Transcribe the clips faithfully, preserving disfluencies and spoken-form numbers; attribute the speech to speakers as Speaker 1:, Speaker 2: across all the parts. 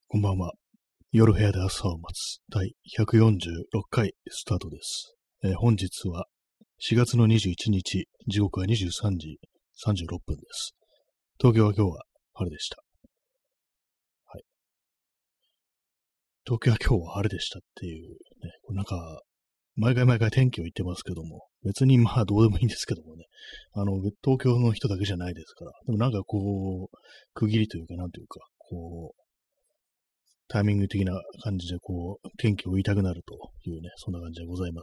Speaker 1: こんばんは。夜部屋で朝を待つ第ひゃくよんじゅうろっかいスタートです。えー本日はしがつのにじゅういちにち、時刻はにじゅうさんじさんじゅうろっぷんです。東京は今日は晴れでした。はい。東京は今日は晴れでしたっていうね、これなんか、毎回毎回天気を言ってますけども、別にまあどうでもいいんですけどもね、あの、東京の人だけじゃないですから、でもなんかこう、区切りというか、なんというか、こう、タイミング的な感じで、こう、天気を言いたくなるというね、そんな感じでございます。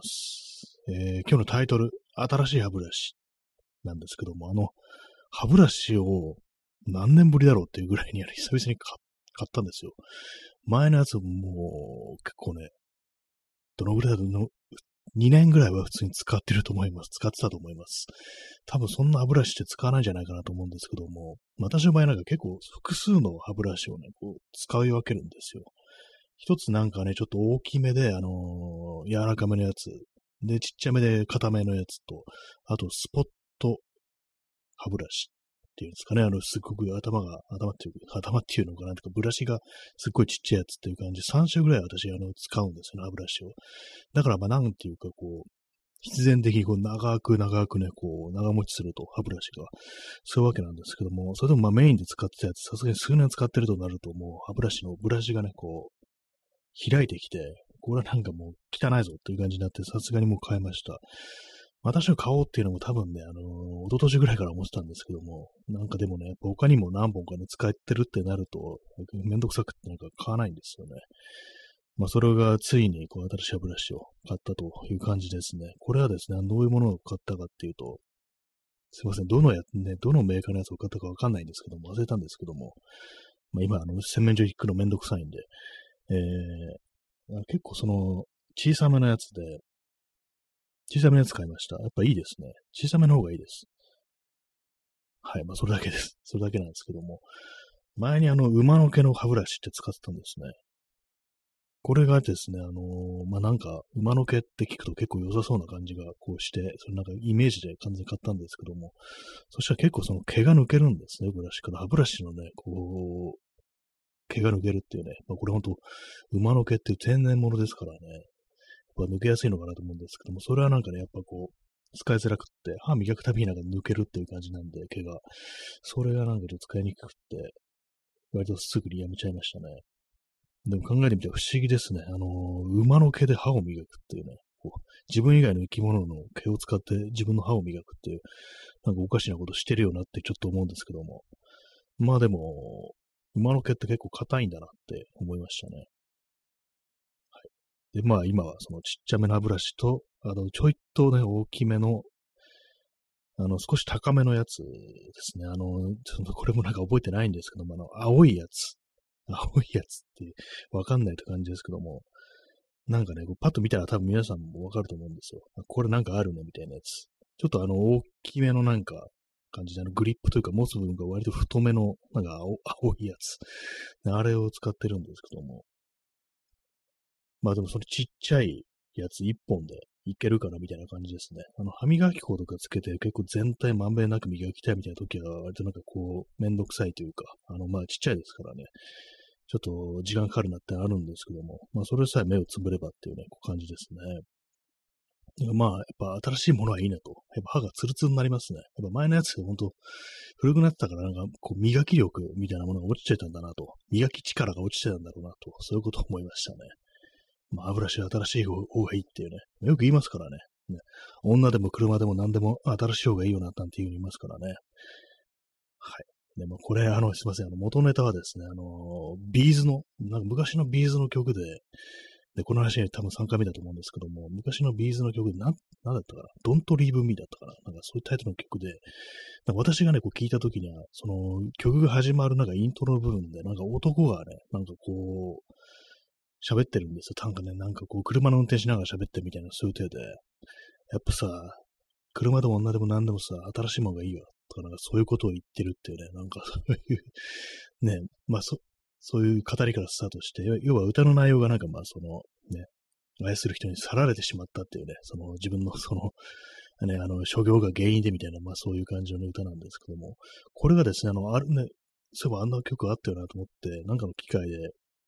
Speaker 1: えー今日のタイトル、新しい歯ブラシなんですけども、あの、歯ブラシを何年ぶりだろうっていうぐらいにあれ久々に買買ったんですよ。前のやつもう結構ね、どのぐらいだろうの、にねんぐらいは普通に使ってると思います。使ってたと思います。多分そんな歯ブラシって使わないんじゃないかなと思うんですけども、私の場合なんか結構複数の歯ブラシをね、こう使い分けるんですよ。一つなんかね、ちょっと大きめで、あのー柔らかめのやつ。で、ちっちゃめで硬めのやつと、あと、スポット歯ブラシっていうんですかね。あの、すっごく頭が、頭っていうか、頭っていうのかなとか、ブラシがすっごいちっちゃいやつっていう感じ、さん種ぐらい私、あの、使うんですよね、歯ブラシを。だから、まあ、なんていうか、こう、必然的にこう長く長くね、こう、長持ちすると、歯ブラシが。そういうわけなんですけども、それでもまあメインで使ってたやつ、さすがに数年使ってるとなると、もう歯ブラシのブラシがね、こう、開いてきて、これはなんかもう汚いぞっていう感じになって、さすがにもう変えました。私の買おうっていうのも多分ね、あのー、一昨年ぐらいから思ってたんですけども、なんかでもね、やっぱ他にも何本かね、使ってるってなると、めんどくさくってなんか買わないんですよね。まあ、それがついにこう新しい歯ブラシを買ったという感じですね。これはですね、どういうものを買ったかっていうと、すいません、どのや、ね、どのメーカーのやつを買ったかわかんないんですけども、忘れたんですけども、まあ、今、あの、洗面所行くのめんどくさいんで、えー、結構その、小さめのやつで、小さめのやつ買いました。やっぱいいですね。小さめの方がいいです。はい。まあ、それだけです。それだけなんですけども。前にあの、馬の毛の歯ブラシって使ってたんですね。これがですね、あのーまあ、なんか、馬の毛って聞くと結構良さそうな感じがこうして、それなんかイメージで完全に買ったんですけども、そしたら結構その毛が抜けるんですね、ブラシから。歯ブラシのね、こう、毛が抜けるっていうね、まあ、これほんと、馬の毛っていう天然物ですからね、やっぱ抜けやすいのかなと思うんですけども、それはなんかね、やっぱこう、使いづらくって、歯磨くたびになんか抜けるっていう感じなんで、毛が。それがなんかちょっと使いにくくって、割とすぐにやめちゃいましたね。でも考えてみて不思議ですね。あのー馬の毛で歯を磨くっていうね、こう自分以外の生き物の毛を使って自分の歯を磨くっていう、なんかおかしなことしてるよなってちょっと思うんですけども。まあでも、馬の毛って結構硬いんだなって思いましたね。で、まあ今はそのちっちゃめの歯ブラシと、あの、ちょいとね、大きめの、あの、少し高めのやつですね。あの、ちょっとこれもなんか覚えてないんですけども、あの、青いやつ。青いやつってわかんないって感じですけども、なんかね、こうパッと見たら多分皆さんもわかると思うんですよ。あこれなんかあるねみたいなやつ。ちょっとあの、大きめのなんか感じで、あの、グリップというか持つ部分が割と太めの、なんか青青いやつ。あれを使ってるんですけども、まあでもそれちっちゃいやつ一本でいけるかなみたいな感じですね。あの、歯磨き粉とかつけて結構全体まんべんなく磨きたいみたいな時は割となんかこう、めんどくさいというか、あの、まあちっちゃいですからね。ちょっと時間かかるなってあるんですけども、まあそれさえ目をつぶればっていうね、こう感じですね。まあ、やっぱ新しいものはいいなと。やっぱ歯がツルツルになりますね。やっぱ前のやつが本当古くなってたからなんかこう磨き力みたいなものが落ちてたんだなと。磨き力が落ちてたんだろうなと。そういうことを思いましたね。まあ、歯ブラシは新しい方がいいっていうね。よく言いますからね。ね女でも車でも何でも新しい方がいいよな、なんていうふうに言いますからね。はい。でもこれ、あの、すいません。あの、元ネタはですね、あの、ビーズの、なんか昔のビーズの曲で、で、この話に多分さんかいめだと思うんですけども、昔のビーズの曲で、なん、なんだったかな ?Don't Leave Me だったかななんかそういうタイトルの曲で、なんか私がね、こう聞いたときには、その曲が始まるなんかイントロの部分で、なんか男がね、なんかこう、喋ってるんですよ。なんかね、なんかこう、車の運転しながら喋ってるみたいな、そういう体で、やっぱさ、車でも女でも何でもさ、新しいものがいいよ。とか、なんかそういうことを言ってるっていうね、なんかそういうね、まあそ、そういう語りからスタートして、要は歌の内容がなんかまあその、ね、愛する人に去られてしまったっていうね、その自分のその、ね、あの、諸行が原因でみたいな、まあそういう感じの歌なんですけども、これがですね、あの、あるね、そういえばあんな曲あったよなと思って、なんかの機会で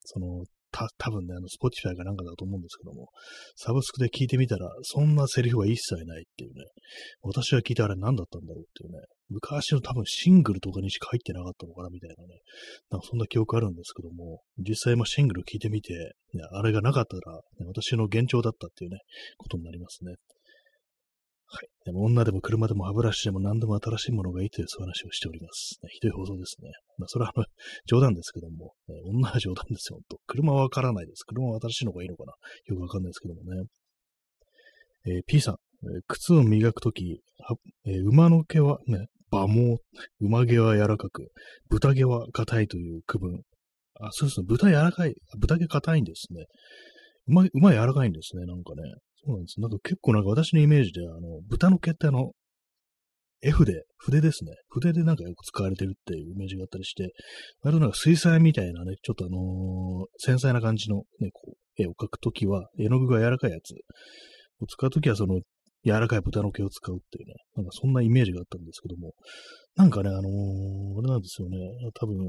Speaker 1: その、た、多分ね、あの、Spotify かなんかだと思うんですけども、サブスクで聞いてみたら、そんなセリフは一切ないっていうね、私が聞いたあれ何だったんだろうっていうね、昔の多分シングルとかにしか入ってなかったのかなみたいなね、なんかそんな記憶あるんですけども、実際まあシングル聞いてみて、ね、あれがなかったら、ね、私の幻聴だったっていうね、ことになりますね。はい。でも女でも車でも歯ブラシでも何でも新しいものがいいというそういう話をしております。ね、ひどい放送ですね。まあ、それはあの冗談ですけども、ね、女は冗談ですよ、ほんと。車はわからないです。車は新しいのがいいのかなよくわかんないですけどもね。えー、P さん、えー靴を磨くとき、えー馬の毛はね、馬毛、馬毛は柔らかく、豚毛は硬いという区分。あ、そうですね。豚柔らかい、豚毛硬いんですね。馬、馬柔らかいんですね。なんかね。そうなんです。なんか結構なんか私のイメージで、あの、豚の毛ってあの、絵筆、筆ですね。筆でなんかよく使われてるっていうイメージがあったりして、割となんか水彩みたいなね、ちょっとあのー繊細な感じのね、こう、絵を描くときは、絵の具が柔らかいやつを使うときは、その、柔らかい豚の毛を使うっていうね、なんかそんなイメージがあったんですけども、なんかね、あのーあれなんですよね、多分、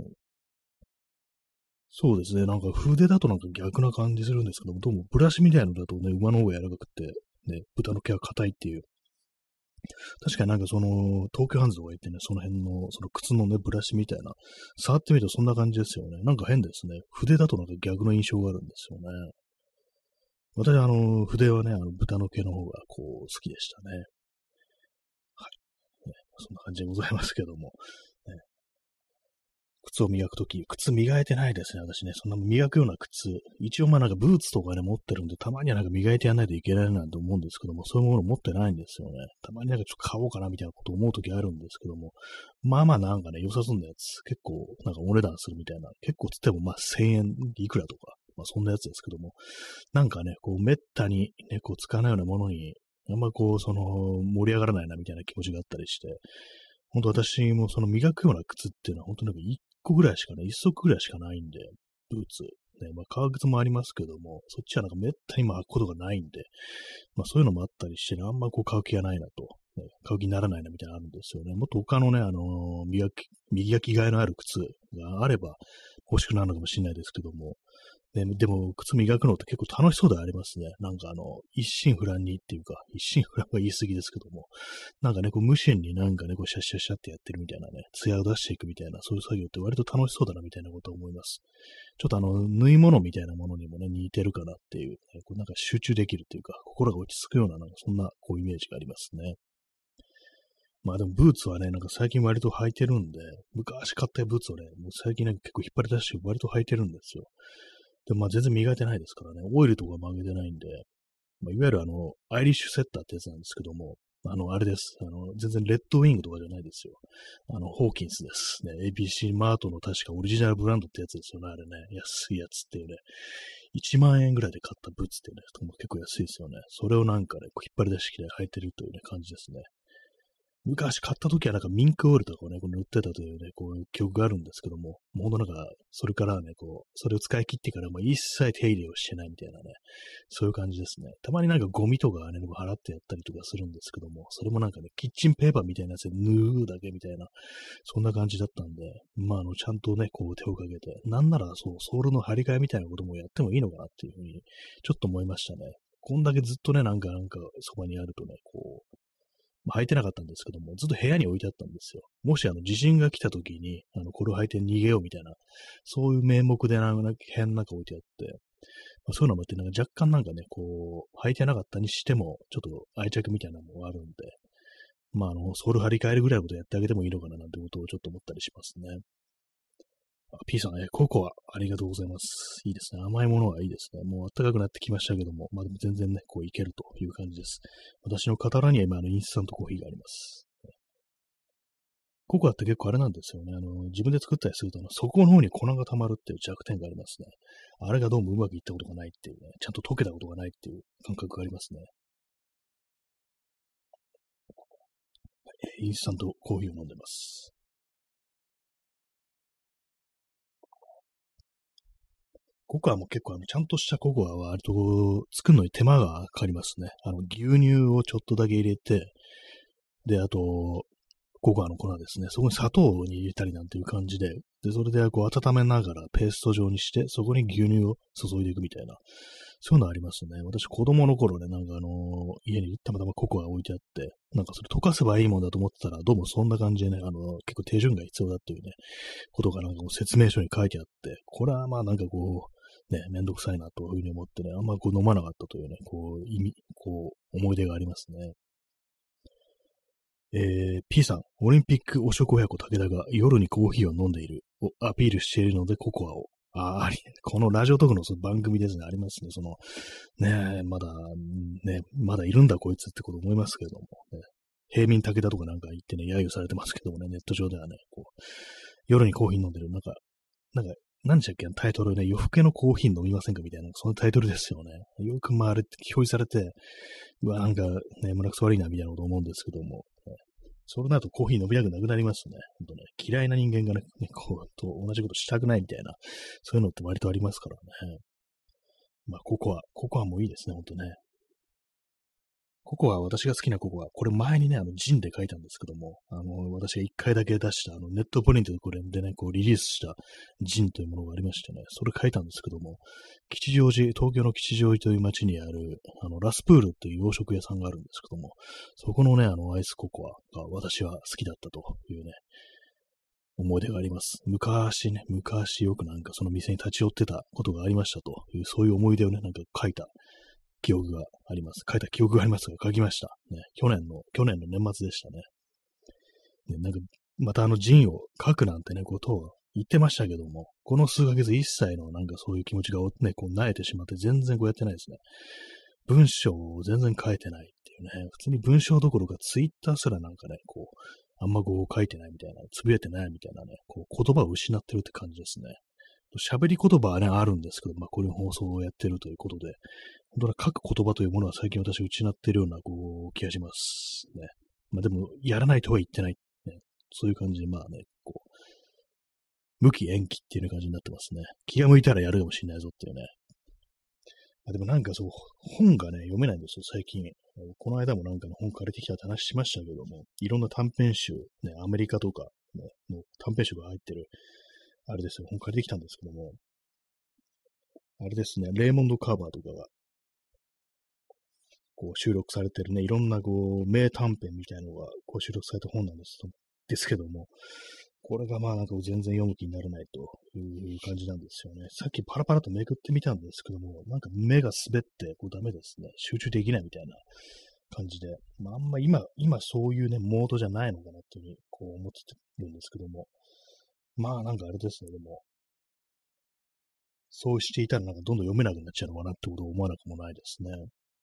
Speaker 1: そうですね、なんか筆だとなんか逆な感じするんですけども、どうもブラシみたいなのだとね、馬の方が柔らかくって、ね、豚の毛は硬いっていう、確かになんかその、東京ハンズとか行ってね、その辺の、その靴のね、ブラシみたいな、触ってみるとそんな感じですよね。なんか変ですね。筆だとなんか逆の印象があるんですよね。私はあの、筆はね、あの、豚の毛の方がこう、好きでしたね。はい。ね、そんな感じでございますけども。ね、靴を磨くとき、靴磨いてないですね、私ね。そんな磨くような靴。一応まあなんかブーツとかね、持ってるんで、たまにはなんか磨いてやらないといけないなと思うんですけども、そういうもの持ってないんですよね。たまになんかちょっと買おうかなみたいなこと思うときあるんですけども、まあまあなんかね、良さそうなやつ、結構なんかお値段するみたいな、結構つってもまあせんえんいくらとか、まあそんなやつですけども、なんかね、こうめったにね、こう使わないようなものに、あんまこう、その、盛り上がらないなみたいな気持ちがあったりして、本当私もその磨くような靴っていうのは本当なんか一個ぐらいしかね、一足ぐらいしかないんで、ブーツ。ね、まあ革靴もありますけども、そっちはなんかめったにまあ履くことがないんで、まあそういうのもあったりしてね、あんまこう買う気がないなと、ね、買う気にならないなみたいなのあるんですよね。もっと他のね、あのー磨き、磨きがいのある靴があれば欲しくなるのかもしれないですけども、ね、でも、靴磨くのって結構楽しそうでありますね。なんかあの、一心不乱にっていうか、一心不乱は言い過ぎですけども、なんかね、こう無心になんかね、こうシャッシャッシャってやってるみたいなね、艶を出していくみたいな、そういう作業って割と楽しそうだなみたいなことを思います。ちょっとあの、縫い物みたいなものにもね、似てるかなっていう、ね、こうなんか集中できるっていうか、心が落ち着くような、なんかそんなこうイメージがありますね。まあでもブーツはね、なんか最近割と履いてるんで、昔買ったブーツをね、もう最近なんか結構引っ張り出して割と履いてるんですよ。でもまあ全然磨いてないですからね、オイルとか曲げてないんで、まあ、いわゆるあの、アイリッシュセッターってやつなんですけども、あの、あれです。あの、全然レッドウィングとかじゃないですよ。あの、ホーキンスです。ね、エービーシー マートの確かオリジナルブランドってやつですよね、あれね。安いやつっていうね。いちまん円ぐらいで買ったブーツっていうね、結構安いですよね。それをなんかね、こう引っ張り出してきて履いてるというね、感じですね。昔買った時はなんかミンクオイルとかをね、こう塗ってたというね、こういう記憶があるんですけども、もうほんとなんか、それからね、こう、それを使い切ってからもう一切手入れをしてないみたいなね、そういう感じですね。たまになんかゴミとかね、払ってやったりとかするんですけども、それもなんかね、キッチンペーパーみたいなやつで縫うだけみたいな、そんな感じだったんで、まあ、あの、ちゃんとね、こう手をかけて、なんならそう、ソールの張り替えみたいなこともやってもいいのかなっていうふうに、ちょっと思いましたね。こんだけずっとね、なんか、なんか、そばにあるとね、こう、まあ、履いてなかったんですけども、ずっと部屋に置いてあったんですよ。もしあの地震が来た時に、あの、これを履いて逃げようみたいな、そういう名目でなんか部屋の中置いてあって、まあ、そういうのもあって、なんか若干なんかね、こう、履いてなかったにしても、ちょっと愛着みたいなのもあるんで、まあ、あの、ソール張り替えるぐらいのことやってあげてもいいのかななんてことをちょっと思ったりしますね。あ、P さんね、ココア、ありがとうございます。いいですね。甘いものはいいですね。もう暖かくなってきましたけども、まあでも全然ね、こういけるという感じです。私の傍らには今、あの、インスタントコーヒーがあります。ココアって結構あれなんですよね。あの、自分で作ったりすると、あの底の方に粉が溜まるっていう弱点がありますね。あれがどうもうまくいったことがないっていうね、ちゃんと溶けたことがないっていう感覚がありますね。インスタントコーヒーを飲んでます。ココアも結構あの、ちゃんとしたココアは割と作るのに手間がかかりますね。あの、牛乳をちょっとだけ入れて、で、あと、 ココアの粉ですね。そこに砂糖を入れたりなんていう感じで、で、それでこう温めながらペースト状にして、そこに牛乳を注いでいくみたいな、そういうのありますね。私子供の頃ね、なんかあのー家にたまたまココアが置いてあって、なんかそれ溶かせばいいもんだと思ってたら、どうもそんな感じでね、あのー結構手順が必要だっていうね、ことがなんかもう説明書に書いてあって、これはまあなんかこう、ね、めんどくさいなというふうに思ってね、あんまこう飲まなかったというね、こう、意味、こう、思い出がありますね。えー、P さん、オリンピック汚職親子武田が夜にコーヒーを飲んでいるをアピールしているのでココアを。ああ、このラジオトークのその番組ですね、ありますね。その、ねえ、まだ、ね、まだいるんだこいつってこと思いますけれども、ね、平民武田とかなんか言ってね、揶揄されてますけどもね、ネット上ではね、こう、夜にコーヒー飲んでる、なんか、なんか、何でしたっけ、タイトルね、夜更けのコーヒー飲みませんかみたいな、そのタイトルですよね。よくまああれって表示されて、うわ、なんかね、胸くそ悪いな、みたいなこと思うんですけども、ね、それだとコーヒー飲みたくなくなりますね。ほんとね、嫌いな人間がね、こう、と同じことしたくないみたいな、そういうのって割とありますからね。まあ、ココア、ココアもいいですね、ほんとね。ココア、私が好きなココア、これ前にね、あの、ジンで書いたんですけども、あの、私が一回だけ出した、あの、ネットプリントでこれでね、こう、リリースしたジンというものがありましてね、それ書いたんですけども、吉祥寺、東京の吉祥寺という街にある、あの、ラスプールっていう洋食屋さんがあるんですけども、そこのね、あの、アイスココアが私は好きだったというね、思い出があります。昔ね、昔よくなんかその店に立ち寄ってたことがありましたという、そういう思い出をね、なんか書いた記憶があります。書いた記憶がありますが、書きました。ね、去年の、去年の年末でしたね。ね、なんか、またあの陣を書くなんてね、ことを言ってましたけども、この数ヶ月一切のなんかそういう気持ちがね、こう、萎えてしまって全然こうやってないですね。文章を全然書いてないっていうね、普通に文章どころかツイッターすらなんかね、こう、あんまこう書いてないみたいな、つぶやいてないみたいなね、こう言葉を失ってるって感じですね。喋り言葉はね、あるんですけど、まあこういう放送をやってるということで、本当に書く言葉というものは最近私失っているようなこう気がしますね。まあでも、やらないとは言ってない、ね。そういう感じで、まあね、こう、無期延期っていう感じになってますね。気が向いたらやるかもしれないぞっていうね。あでもなんかそう、本がね、読めないんですよ、最近。この間もなんかの本借りてきたって話しましたけども、いろんな短編集、ね、アメリカとか、ね、の短編集が入ってる、あれですよ、本借りてきたんですけども、あれですね、レーモンド・カーバーとかが、こう収録されてるね、いろんなこう、名短編みたいなのがこう収録された本なんですですけども、これがまあなんか全然読む気にならないという感じなんですよね。さっきパラパラとめくってみたんですけども、なんか目が滑ってこうダメですね。集中できないみたいな感じで、まああんま今、今そういうね、モードじゃないのかなっていうふうにこう思ってるんですけども、まあなんかあれですね、でも、そうしていたらなんかどんどん読めなくなっちゃうのかなってことを思わなくもないですね。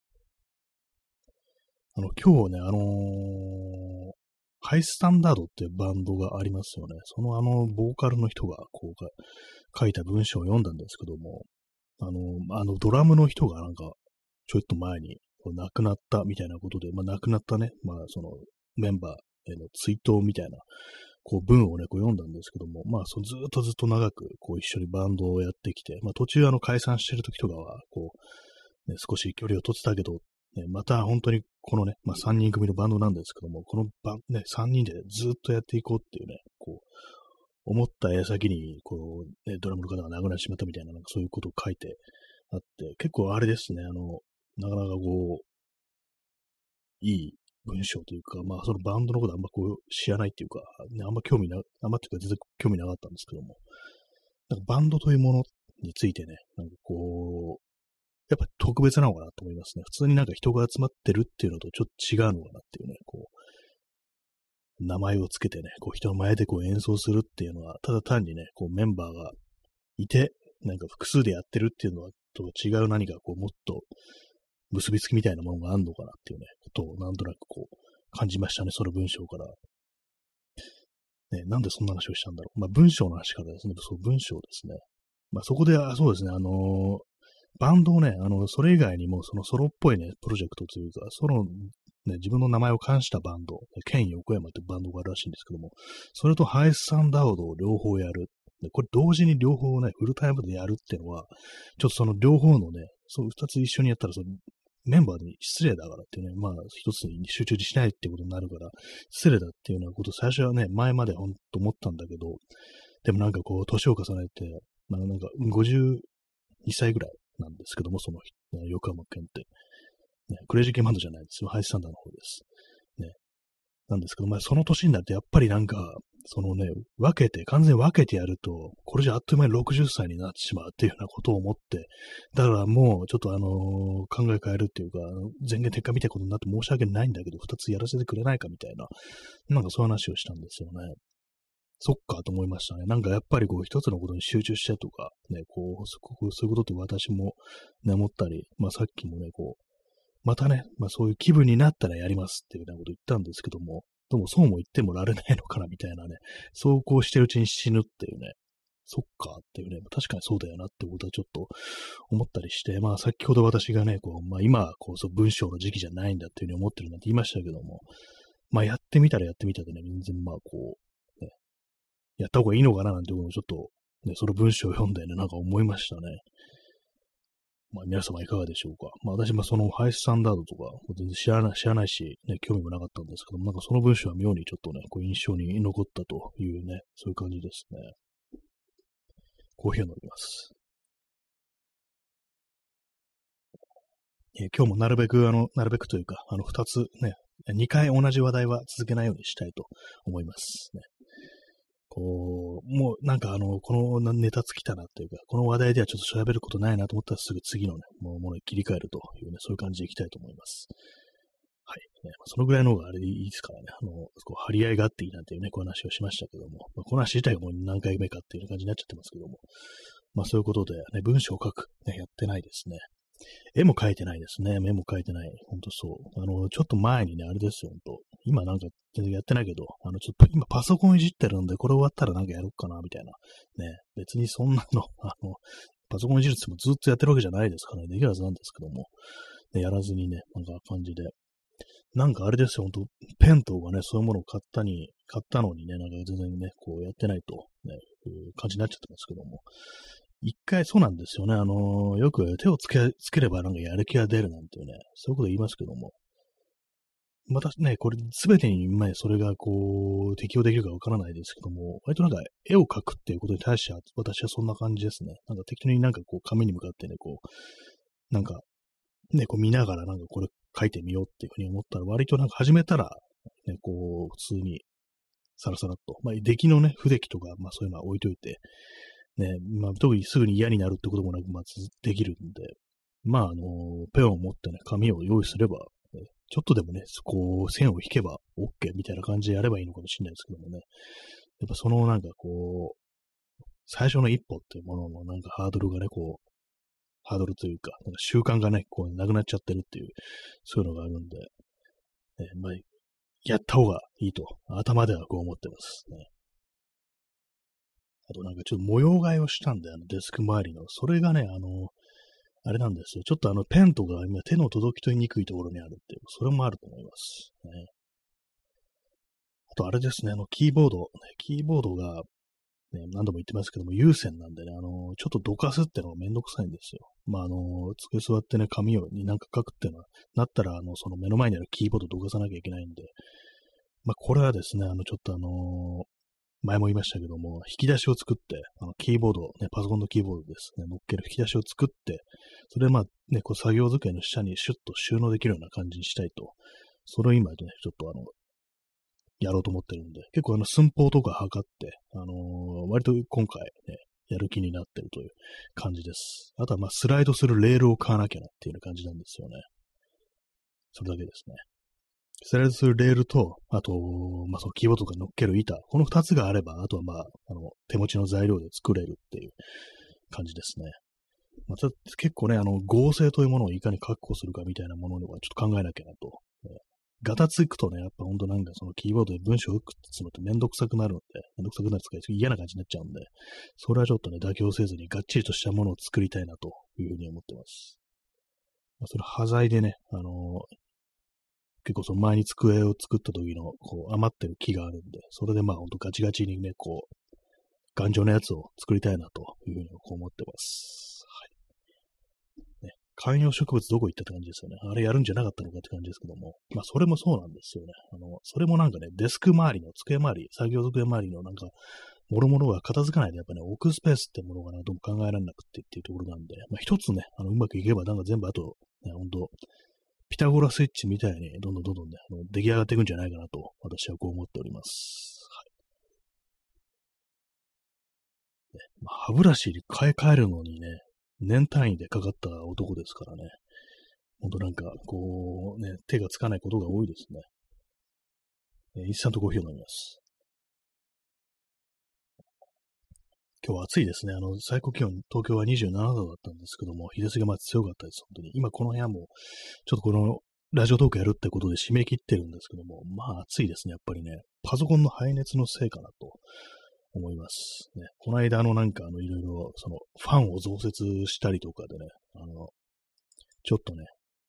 Speaker 1: あの、今日ね、あのーハイスタンダードっていうバンドがありますよね。そのあの、ボーカルの人がこうか書いた文章を読んだんですけども、あの、あのドラムの人がなんか、ちょっと前にこう亡くなったみたいなことで、まあ亡くなったね、まあそのメンバーへの追悼みたいな、こう文をね、こう読んだんですけども、まあそずっとずっと長くこう一緒にバンドをやってきて、まあ途中あの解散してる時とかは、こう、ね、少し距離を取ってたけど、ね、また本当にこのね、まあさんにん組のバンドなんですけども、このバン、ね、さんにんでずっとやっていこうっていうね、こう、思った矢先に、こう、ね、ドラムの方が亡くなってしまったみたいな、なんかそういうことを書いてあって、結構あれですね、あの、なかなかこう、いい文章というか、まあそのバンドのことあんまこう知らないっていうか、ね、あんま興味な、あんまっていうか全然興味なかったんですけども、なんかバンドというものについてね、なんかこう、やっぱり特別なのかなと思いますね。普通になんか人が集まってるっていうのとちょっと違うのかなっていうね、こう、名前をつけてね、こう人の前でこう演奏するっていうのは、ただ単にね、こうメンバーがいて、なんか複数でやってるっていうのはと違う何かこうもっと結びつきみたいなものがあるのかなっていうね、ことをなんとなくこう感じましたね、その文章から。ね、なんでそんな話をしたんだろう。まあ文章の話からですね、そう文章ですね。まあそこで、あそうですね、あのーバンドをね、あの、それ以外にも、そのソロっぽいね、プロジェクトというか、ソロ、ね、自分の名前を冠したバンド、ケン横山ってバンドがあるらしいんですけども、それとハイスタンダードを両方やる。でこれ同時に両方ね、フルタイムでやるっていうのは、ちょっとその両方のね、そう、二つ一緒にやったらそ、 メンバーに失礼だからっていうね、まあ、一つに集中しないってことになるから、失礼だっていうようなこと最初はね、前までほんと思ったんだけど、でもなんかこう、年を重ねて、まあなんかごじゅうにさいぐらいなんですけども、その、ね、横浜県って、ね、クレイジーケンバンドじゃないですよ、ハイスタンダーの方です。ね。なんですけど、まあその年になってやっぱりなんか、そのね、分けて、完全に分けてやると、これじゃあっという間にろくじゅっさいになってしまうっていうようなことを思って、だからもうちょっとあのー考え変えるっていうか、あの前言撤回みたいなことになって申し訳ないんだけど、二つやらせてくれないかみたいな、なんかそういう話をしたんですよね。そっかと思いましたね。なんかやっぱりこう一つのことに集中してとか、ね、こう、そこそういうことって私もね、思ったり、まあさっきもね、こう、またね、まあそういう気分になったらやりますっていうようなこと言ったんですけども、でもそうも言ってもられないのかなみたいなね、そうこうしてるうちに死ぬっていうね、そっかっていうね、確かにそうだよなってことはちょっと思ったりして、まあ先ほど私がね、こう、まあ今、こう、そう文章の時期じゃないんだっていうふうに思ってるなんて言いましたけども、まあやってみたらやってみたでね、全然まあこう、ね、やった方がいいのかななんてことをちょっと、ね、その文章を読んでね、なんか思いましたね。まあ皆様いかがでしょうか。まあ私もそのハイスタンダードとか全然知らない、知らないし、ね、興味もなかったんですけども、なんかその文章は妙にちょっとね、こう印象に残ったというね、そういう感じですね。コーヒーを飲みます。えー今日もなるべく、あの、なるべくというか、あの、二つね、二回同じ話題は続けないようにしたいと思いますね。こう、もうなんかあの、このネタ尽きたなというか、この話題ではちょっと調べることないなと思ったらすぐ次のね、ものに切り替えるというね、そういう感じでいきたいと思います。はい。ね、まあ、そのぐらいの方があれでいいですからね。あの、こう張り合いがあっていいなんていうね、こう話をしましたけども、まあ、この話自体がもう何回目かっていう感じになっちゃってますけども、まあそういうことで、ね、文章を書く、ね、やってないですね。絵も描いてないですね。絵も描いてない。ほんとそう。あの、ちょっと前にね、あれですよ、ほんと。今なんか全然やってないけど、あの、ちょっと今パソコンいじってるんで、これ終わったらなんかやろうかな、みたいな。ね。別にそんなの、あの、パソコンいじるってもずっとやってるわけじゃないですからね。できるはずなんですけども。ね、やらずにね、なんか感じで。なんかあれですよ、ほんと、ペンとかね、そういうものを買ったに、買ったのにね、なんか全然ね、こうやってないと、ね、いう感じになっちゃってますけども。一回そうなんですよね。あのーよく手をつけ、つければなんかやる気が出るなんていうね、そういうこと言いますけども。またね、これ全てに前それがこう、適用できるかわからないですけども、割となんか絵を描くっていうことに対しては、私はそんな感じですね。なんか適当になんかこう、紙に向かってね、こう、なんか、ね、こう見ながらなんかこれ描いてみようっていうふうに思ったら、割となんか始めたら、ね、こう、普通にサラサラっと、まあ、出来のね、不出来とか、まあそういうのは置いといて、ね、まあ、特にすぐに嫌になるってこともなく、まあ、できるんで、まあ、あの、ペンを持ってね、紙を用意すれば、ね、ちょっとでもね、こう、線を引けば OK みたいな感じでやればいいのかもしれないですけどもね。やっぱそのなんかこう、最初の一歩っていうもののなんかハードルがね、こう、ハードルというか、なんか習慣がね、こう、なくなっちゃってるっていう、そういうのがあるんで、ね、まあ、やった方がいいと、頭ではこう思ってますね。あとなんかちょっと模様替えをしたんで、あのデスク周りの。それがね、あの、あれなんですよ。ちょっとあのペンとか今手の届きとにくいところにあるっていう、それもあると思います。ね、あとあれですね、あのキーボード。キーボードが、ね、何度も言ってますけども、有線なんでね、あの、ちょっとどかすってのがめんどくさいんですよ。まあ、あの、机座ってね、紙をになんか書くっていうのは、なったら、あの、その目の前にあるキーボードどかさなきゃいけないんで、まあ、これはですね、あの、ちょっとあの前も言いましたけども、引き出しを作って、あの、キーボード、ね、パソコンのキーボードですね、乗っける引き出しを作って、それでまあ、ね、こう作業机の下にシュッと収納できるような感じにしたいと。それを今ね、ちょっとあの、やろうと思ってるんで、結構あの、寸法とか測って、あのー割と今回ね、やる気になってるという感じです。あとはまあ、スライドするレールを買わなきゃなっていうような感じなんですよね。それだけですね。スライドするレールと、あと、まあ、そのキーボードとか乗っける板、この二つがあれば、あとはまあ、あの、手持ちの材料で作れるっていう感じですね。また結構ね、あの、合成というものをいかに確保するかみたいなものにはちょっと考えなきゃなと。ね、ガタつくとね、やっぱほんとなんかそのキーボードで文章を打つのってめんどくさくなるんで、めんどくさくなるとか嫌な感じになっちゃうんで、それはちょっとね、妥協せずにがっちりとしたものを作りたいなというふうに思ってます。まあ、それ端材でね、あのー結構その前に机を作った時のこう余ってる木があるんで、それでまあほんとガチガチにね、こう、頑丈なやつを作りたいなというふうに思ってます。はい。ね、 観葉植物どこ行ったって感じですよね。あれやるんじゃなかったのかって感じですけども。まあ、それもそうなんですよね。あの、それもなんかね、デスク周りの、机周り、作業机周りのなんか、もろもろが片付かないで、やっぱね、置くスペースってものがね、どうも考えられなくてっていうところなんで、まあ、一つね、あの、うまくいけば、なんか全部あと、ね、ほんと、ピタゴラスイッチみたいに、どんどんどんどんね、あの出来上がっていくんじゃないかなと、私はこう思っております。はい。ね、まあ、歯ブラシに買い替えるのにね、年単位でかかった男ですからね。ほんとなんか、こう、ね、手がつかないことが多いですね。えーインスタントコーヒーを飲みます。今日は暑いですね。あの、最高気温、東京はにじゅうななどだったんですけども、日差しがまず強かったです、本当に。今この部屋も、ちょっとこの、ラジオトークやるってことで締め切ってるんですけども、まあ暑いですね、やっぱりね。パソコンの排熱のせいかなと思います。ね、この間、あの、なんか、あの、いろいろ、その、ファンを増設したりとかでね、あの、ちょっとね、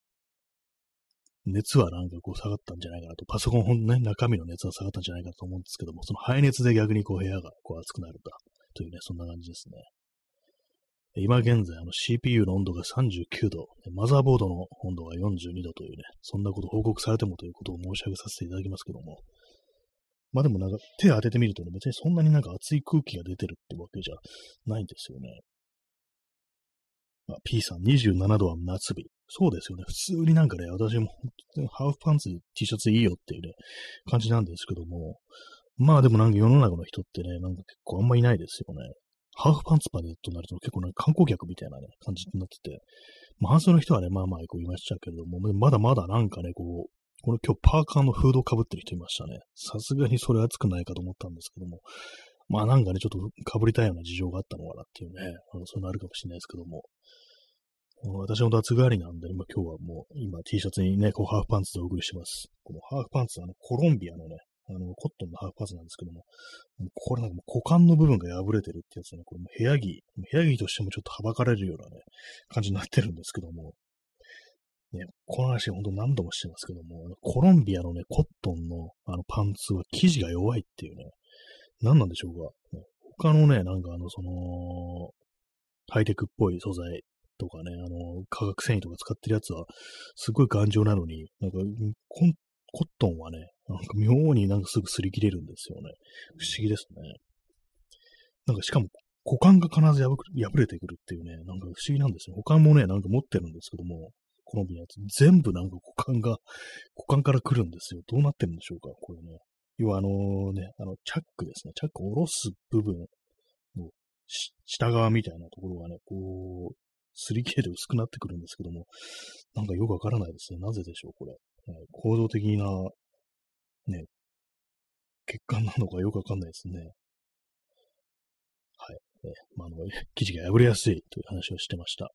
Speaker 1: 熱はなんかこう下がったんじゃないかなと、パソコン本ね、中身の熱は下がったんじゃないかと思うんですけども、その排熱で逆にこう部屋がこう暑くなると、というね、そんな感じですね。今現在、あの シーピーユー の温度がさんじゅうきゅうど、マザーボードの温度がよんじゅうにどというね、そんなこと報告されてもということを申し上げさせていただきますけども、まあでもなんか手を当ててみるとね、別にそんなになんか熱い空気が出てるってわけじゃないんですよね。あ、P さんにじゅうななどは夏日。そうですよね。普通になんかね、私も本当にハーフパンツ T シャツいいよっていうね、感じなんですけども、まあでもなんか世の中の人ってね、なんか結構あんまいないですよね。ハーフパンツまでとなると結構なんか観光客みたいなね、感じになってて、まあ半数の人はね、まあまあこういましたけれども、まだまだなんかね、こう、この今日パーカーのフードを被ってる人いましたね。さすがにそれ暑くないかと思ったんですけども、まあなんかね、ちょっと被りたいような事情があったのかなっていうね、あのそういうのあるかもしれないですけども、私の暑がりなんで、今今日はもう、今 T シャツにね、こうハーフパンツでお送りしてます。このハーフパンツはあのコロンビアのね、あのコットンのハーフパンツなんですけども、これなんかもう股間の部分が破れてるってやつね、これも部屋着、部屋着としてもちょっとはばかれるようなね、感じになってるんですけども、ね、この話本当何度もしてますけども、コロンビアのね、コットンのあのパンツは生地が弱いっていうね、何なんでしょうか。ね、他のね、なんかあの、その、ハイテクっぽい素材とかね、あの、化学繊維とか使ってるやつは、すごい頑丈なのに、なんか、コンコットンはね、なんか妙になんかすぐ擦り切れるんですよね。不思議ですね。なんかしかも、股間が必ず破破れてくるっていうね、なんか不思議なんですよ。股間もね、なんか持ってるんですけども、コロンビアのやつ、全部なんか股間が、股間から来るんですよ。どうなってるんでしょうか、これね。要はあのね、あの、チャックですね。チャックを下ろす部分の下側みたいなところがね、こう、擦り切れて薄くなってくるんですけども、なんかよくわからないですね。なぜでしょう、これ。はい、構造的な、ね、欠陥なのかよくわかんないですね。はい。えまあ、あの、生地が破れやすいという話をしてました。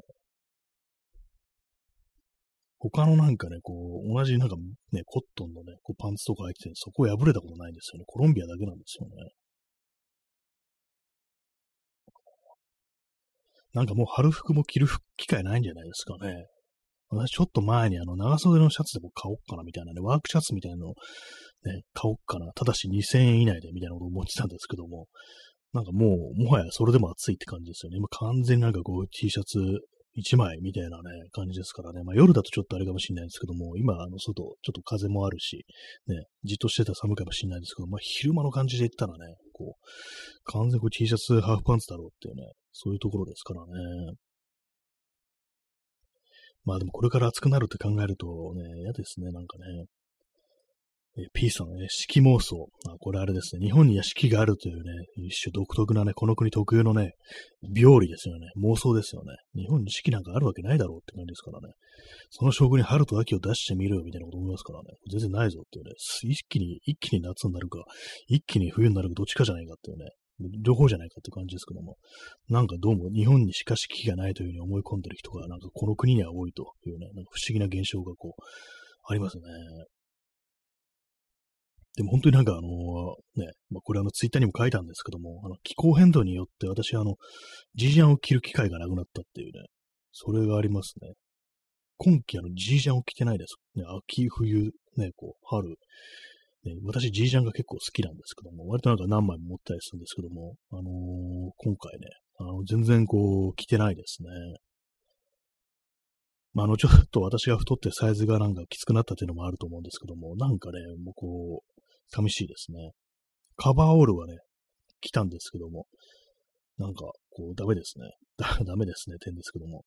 Speaker 1: 他のなんかね、こう、同じなんかね、コットンのね、こうパンツとか履いてて、そこ破れたことないんですよね。コロンビアだけなんですよね。なんかもう春服も着る機会ないんじゃないですかね。私ちょっと前にあの長袖のシャツでも買おうかなみたいなね、ワークシャツみたいなのをね、買おうかな。ただしにせんえん以内でみたいなことを思ってたんですけども、なんかもう、もはやそれでも暑いって感じですよね。今完全になんかこう T シャツいちまいみたいなね、感じですからね。まあ夜だとちょっとあれかもしれないですけども、今あの外、ちょっと風もあるし、ね、じっとしてたら寒いかもしれないですけど、まあ昼間の感じで言ったらね、こう、完全にこう T シャツ、ハーフパンツだろうっていうね、そういうところですからね。まあでもこれから暑くなるって考えるとね、嫌ですね、なんかね。え P さんね、四季妄想。あ、これあれですね。日本には四季があるというね、一種独特なね、この国特有のね、病理ですよね。妄想ですよね。日本に四季なんかあるわけないだろうって感じですからね。その証拠に春と秋を出してみるよみたいなこと思いますからね。全然ないぞっていうね。一気に、一気に夏になるか、一気に冬になるかどっちかじゃないかっていうね。両方じゃないかって感じですけども。なんかどうも日本にしか四季がないというふうに思い込んでる人がなんかこの国には多いというね、なんか不思議な現象がこう、ありますね。でも本当になんかあのね、まあ、これあのツイッターにも書いたんですけども、あの気候変動によって私はあの、ジージャンを着る機会がなくなったっていうね、それがありますね。今季あのジージャンを着てないです。ね、秋、冬、ね、こう、春、ね、私ジージャンが結構好きなんですけども、割となんか何枚も持ったりするんですけども、あのー今回ね、あの全然こう着てないですね。 まあ、あの、ちょっと私が太ってサイズがなんかきつくなったっていうのもあると思うんですけども、なんかね、もうこう、寂しいですね。カバーオールはね、来たんですけども、なんか、こう、ダメですね。だダメですね、点ですけども。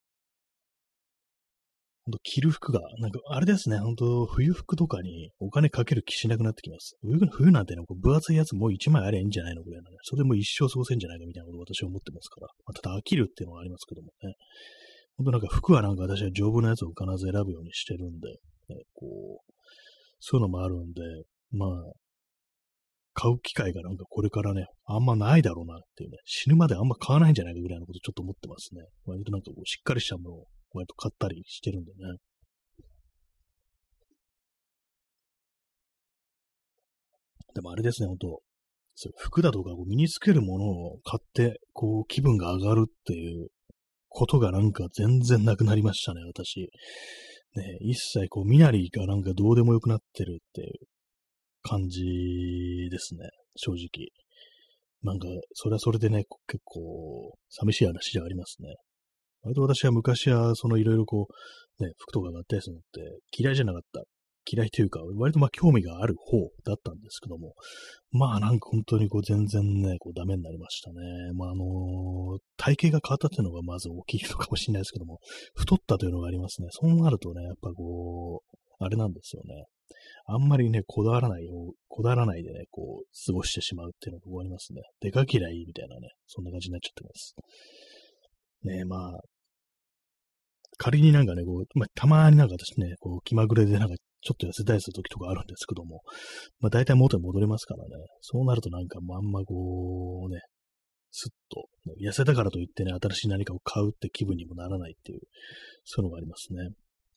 Speaker 1: ほんと、着る服が、なんか、あれですね、ほんと、冬服とかにお金かける気しなくなってきます。冬冬なんてね、こう分厚いやつもう一枚ありゃいいんじゃないのぐらいなね。それでもう一生過ごせんじゃないかみたいなことを私は思ってますから。まあ、ただ飽きるっていうのはありますけどもね。ほんとなんか服はなんか私は丈夫なやつを必ず選ぶようにしてるんで、ね、こう、そういうのもあるんで、まあ、買う機会がなんかこれからね、あんまないだろうなっていうね、死ぬまであんま買わないんじゃないかぐらいのことちょっと思ってますね。割となんかこう、しっかりしたものを割と買ったりしてるんでね。でもあれですね、ほんと、そう服だとかこう身につけるものを買って、こう気分が上がるっていうことがなんか全然なくなりましたね、私。ね、一切こう身なりがなんかどうでもよくなってるっていう感じですね、正直。なんか、それはそれでね、こ結構寂しい話じゃありますね。割と私は昔は、そのいろいろこう、ね、服とか買ったりするのって嫌いじゃなかった。嫌いというか、割とまあ興味がある方だったんですけども、まあなんか本当にこう全然ね、こうダメになりましたね。まああのー体型が変わったっていうのがまず大きいのかもしれないですけども、太ったというのがありますね。そうなるとね、やっぱこう、あれなんですよね。あんまりね、こだわらないよう、こだわらないでね、こう、過ごしてしまうっていうのがありますね。出かけりゃいいみたいなね、そんな感じになっちゃってます。ねえ、まあ、仮になんかね、こう、まあ、たまになんか私ね、こう、気まぐれでなんか、ちょっと痩せたりする時とかあるんですけども、まあ、大体元に戻りますからね。そうなるとなんかもうあんまこう、ね、すっと、痩せたからといってね、新しい何かを買うって気分にもならないっていう、そういうのがありますね。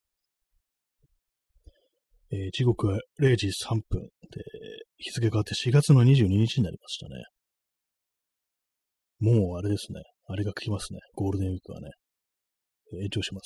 Speaker 1: えー時刻はれいじさんぷんで、日付変わってしがつのにじゅうににちになりましたね。もうあれですね。あれが来ますね。ゴールデンウィークはね。延長します。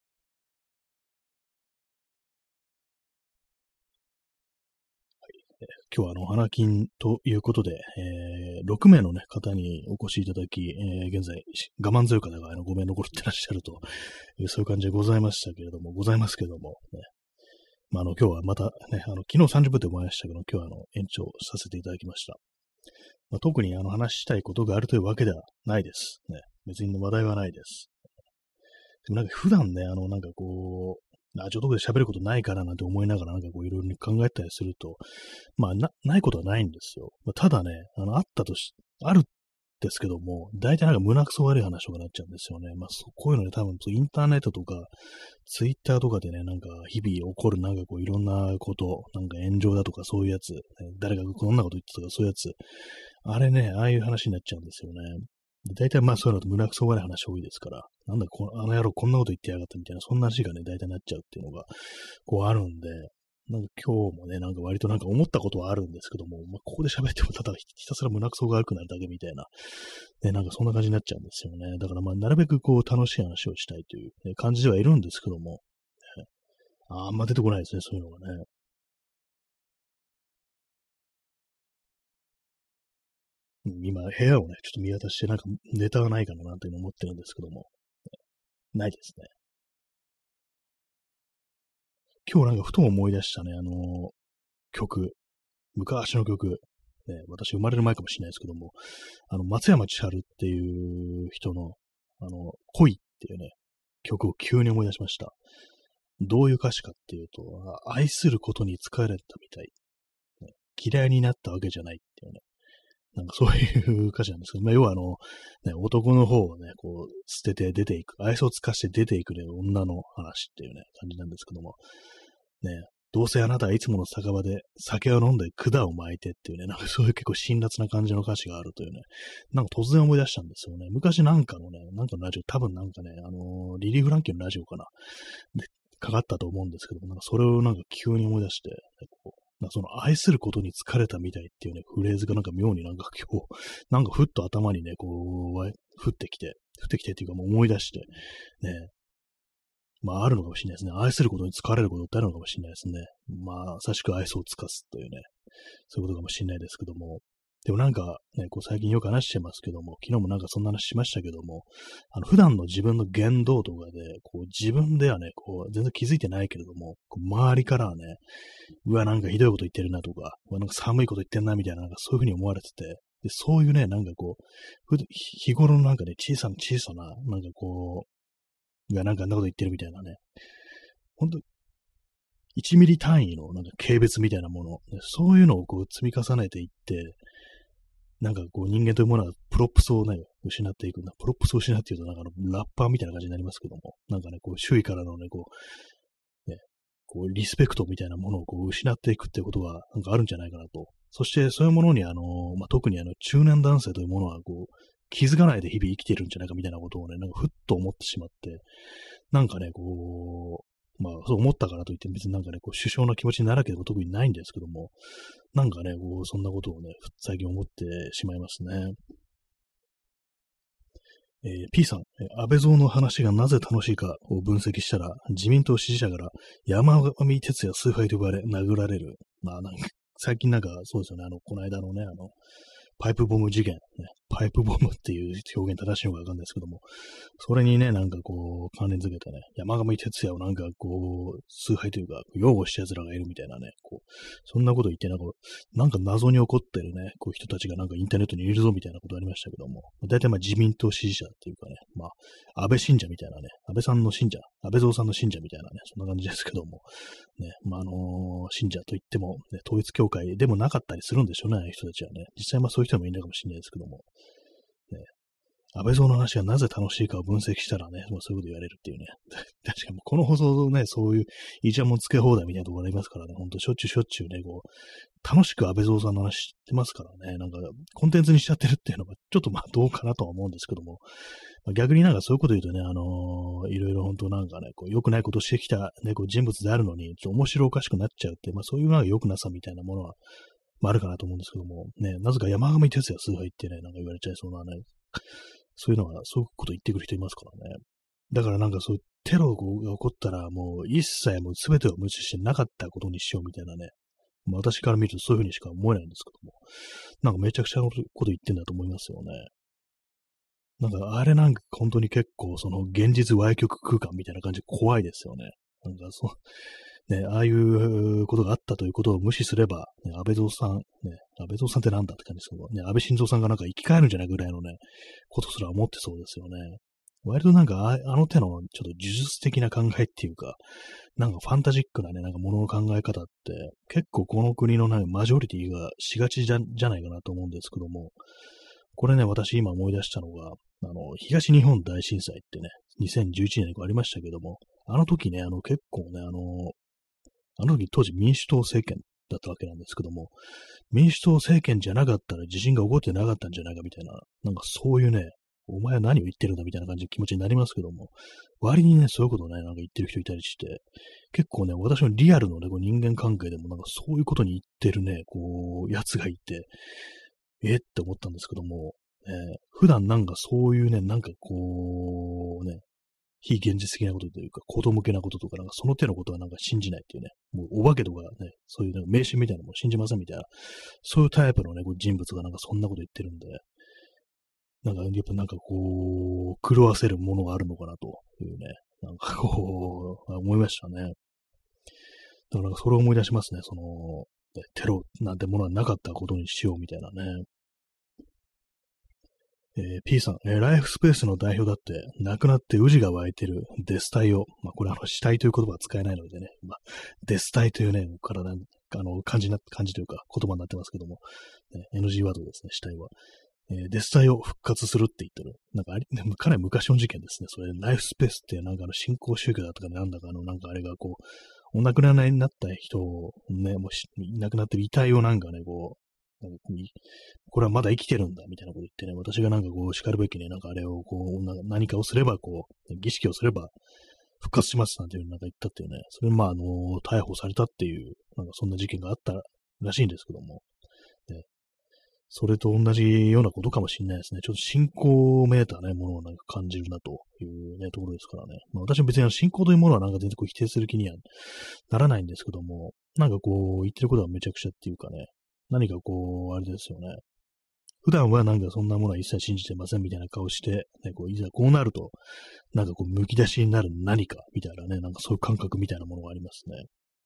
Speaker 1: 今日はあの、花金ということで、えー、ろくめいのね、方にお越しいただき、えー、現在、我慢強い方があのご名残ってらっしゃるという、そういう感じでございましたけれども、ございますけれども、ね。まあ、あの、今日はまたね、あの、昨日さんじゅっぷんで思いましたけど、今日はあの、延長させていただきました。まあ、特にあの、話したいことがあるというわけではないです。ね。別に話題はないです。でもなんか普段ね、あの、なんかこう、ラジオとかで喋ることないからなんて思いながらなんかこういろいろ考えたりすると、まあな、ないことはないんですよ。まあ、ただね、あの、あったとし、あるんですけども、大体なんか胸くそ悪い話とかなっちゃうんですよね。まあ、そうこういうのね、多分インターネットとか、ツイッターとかでね、なんか日々起こるなんかこういろんなこと、なんか炎上だとかそういうやつ、ね、誰かがこんなこと言ってとかそういうやつ、あれね、ああいう話になっちゃうんですよね。大体まあそういうのと胸くそ悪い話多いですから、なんだこの、あの野郎こんなこと言ってやがったみたいな、そんな話がね、大体なっちゃうっていうのが、こうあるんで、なんか今日もね、なんか割となんか思ったことはあるんですけども、まあ、ここで喋ってもただひたすら胸くそが悪くなるだけみたいな、ね、なんかそんな感じになっちゃうんですよね。だからまあ、なるべくこう楽しい話をしたいという、ね、感じではいるんですけども、ね、あんま出てこないですね、そういうのがね。うん今、部屋をね、ちょっと見渡して、なんかネタはないかななんていうの思ってるんですけども、ないですね。今日なんかふと思い出したね、あのー曲、昔の曲、ね、私生まれる前かもしれないですけども、あの、松山千春っていう人の、あの、恋っていうね、曲を急に思い出しました。どういう歌詞かっていうと、愛することに疲れたみたい、ね。嫌いになったわけじゃないっていうね。なんかそういう歌詞なんですけど、まあ、要はあの、ね、男の方をね、こう、捨てて出ていく、愛想をつかして出ていくね、女の話っていうね、感じなんですけども、ね、どうせあなたはいつもの酒場で酒を飲んで管を巻いてっていうね、なんかそういう結構辛辣な感じの歌詞があるというね、なんか突然思い出したんですよね。昔なんかのね、なんかのラジオ、多分なんかね、あのーリリー・フランキーのラジオかな。で、かかったと思うんですけども、なんかそれをなんか急に思い出して、こうなんかその愛することに疲れたみたいっていうね、フレーズがなんか妙になんか今日、なんかふっと頭にね、こう、わ降ってきて、降ってきてっていうかもう思い出して、ね、まあ、あるのかもしれないですね。愛することに疲れることってあるのかもしれないですね。まあ、優しく愛想を尽かすというね、そういうことかもしれないですけども。 でもなんかね、こう最近よく話してますけども、昨日もなんかそんな話しましたけども、あの普段の自分の言動とかで、こう自分ではね、こう全然気づいてないけれども、こう周りからはね、うわ、なんかひどいこと言ってるなとか、うわ、なんか寒いこと言ってんなみたいな、なんかそういうふうに思われてて、で、そういうね、なんかこう、ふ日頃のなんかね、小さな小さな、なんかこう、うわ、なんかあんなこと言ってるみたいなね、ほんと、いちミリ単位のなんか軽蔑みたいなもの、ね、そういうのをこう積み重ねていって、なんかこう人間というものはプロップスをね、失っていく。プロップスを失っていくとなんかあのラッパーみたいな感じになりますけども、なんかね、こう周囲からのね、こう、ね、こうリスペクトみたいなものをこう失っていくってことがなんかあるんじゃないかなと。そしてそういうものにあの、まあ、特にあの中年男性というものはこう気づかないで日々生きているんじゃないかみたいなことをね、なんかふっと思ってしまって、なんかね、こう、まあそう思ったからといって別になんかね、こう首相の気持ちにならなければ特にないんですけども、なんかね、こう、そんなことをね、最近思ってしまいますね。えー、P さん、えー安倍蔵の話がなぜ楽しいかを分析したら、自民党支持者から山上徹也崇拝と呼ばれ、殴られる。まあ、なんか、最近なんか、そうですよね、あの、この間のね、あの、パイプボム事件、ね、パイプボムっていう表現正しいのかわかんないですけども、それにね、なんかこう、関連づけてね、山上徹也をなんかこう、崇拝というか、擁護した奴らがいるみたいなね、こう、そんなこと言って、なんか、なんか謎に起こってるね、こう人たちがなんかインターネットにいるぞみたいなことありましたけども、大体まあ自民党支持者っていうかね、まあ、安倍信者みたいなね、安倍さんの信者、安倍蔵さんの信者みたいなね、そんな感じですけども、ね、まあ、あのー信者といっても、ね、統一教会でもなかったりするんでしょうね、ああいう人たちはね。実際まあそういう人もいるかもしれないですけども、ね、安倍蔵の話がなぜ楽しいかを分析したらね、まあ、そういうこと言われるっていうね。確かにこの放送ね、そういうイチャモンつけ放題みたいなところありますからね、ほんとしょっちゅうしょっちゅうね、こう、楽しく安倍蔵さんの話知ってますからね、なんかコンテンツにしちゃってるっていうのがちょっとまあどうかなとは思うんですけども、まあ、逆になんかそういうこと言うとね、あのーいろいろ本当なんかね、こう良くないことをしてきた、ね、こう人物であるのに、ちょっと面白おかしくなっちゃうって、まあそういうのが良くなさみたいなものは、まああるかなと思うんですけども、ね、なぜか山上徹也崇拝ってね、なんか言われちゃいそうなね、そういうのは、そういうこと言ってくる人いますからね。だからなんかそういうテロが起こったら、もう一切もう全てを無視してなかったことにしようみたいなね。まあ、私から見るとそういうふうにしか思えないんですけども。なんかめちゃくちゃなこと言ってんだと思いますよね。なんかあれなんか本当に結構その現実歪曲空間みたいな感じで怖いですよね。なんかそう、ね、ああいうことがあったということを無視すれば、ね、安倍蔵さん、ね、安倍蔵さんってなんだって感じですけど、ね、安倍晋三さんがなんか生き返るんじゃないぐらいのね、ことすら思ってそうですよね。割となんかあ、あの手のちょっと呪術的な考えっていうか、なんかファンタジックなね、なんかものの考え方って、結構この国のなんかマジョリティがしがちじゃじゃないかなと思うんですけども、これね、私今思い出したのが、あの、東日本大震災ってね、にせんじゅういちねんにありましたけども、あの時ね、あの結構ね、あの、あの時当時民主党政権だったわけなんですけども、民主党政権じゃなかったら地震が起こってなかったんじゃないかみたいな、なんかそういうね、お前は何を言ってるんだみたいな感じの気持ちになりますけども、割にね、そういうことをね、なんか言ってる人いたりして、結構ね、私のリアルのね、こう人間関係でもなんかそういうことに言ってるね、こう、やつがいて、えって思ったんですけども、えー普段なんかそういうね、なんかこう、ね、非現実的なことというか、子供向けなこととか、なんかその手のことはなんか信じないっていうね、もうお化けとかね、そういうなんか迷信みたいなのも信じませんみたいな、そういうタイプのね、こう人物がなんかそんなこと言ってるんで、なんかやっぱなんかこう、狂わせるものがあるのかなというね、なんかこう、思いましたね。だからなんかそれを思い出しますね、その、ねテロなんてものはなかったことにしようみたいなね。えー P さん、えーライフスペースの代表だって、亡くなって宇治が湧いてるデス体を、まあ、これあの、死体という言葉は使えないのでね、まあ、デス体というね、体、あの、漢字な、漢字というか言葉になってますけども、ね、エヌジー ワードですね、死体は。えーデス体を復活するって言ってる。なんかあり、かなり昔の事件ですね。それ、ライフスペースってなんかあの、新興宗教だとかなんだかあの、なんかあれがこう、お亡くなりになった人をね、もうし亡くなってる遺体をなんかね、こう、なんかこれはまだ生きてるんだ、みたいなこと言ってね、私がなんかこう、叱るべきね、なんかあれをこう、な何かをすれば、こう、儀式をすれば復活しますなんていうなんか言ったっていうね、それまあ、あの、逮捕されたっていう、なんかそんな事件があったらしいんですけども、ね、それと同じようなことかもしれないですね。ちょっと信仰めいたね、ものをなんか感じるなというね、ところですからね。まあ私は別に信仰というものはなんか全然こう否定する気にはならないんですけども、なんかこう、言ってることはめちゃくちゃっていうかね、何かこう、あれですよね。 普段はなんかそんなものは一切信じてませんみたいな顔して、ね、こういざこうなると、なんかこう、むき出しになる何かみたいなね、なんかそういう感覚みたいなものがありますね。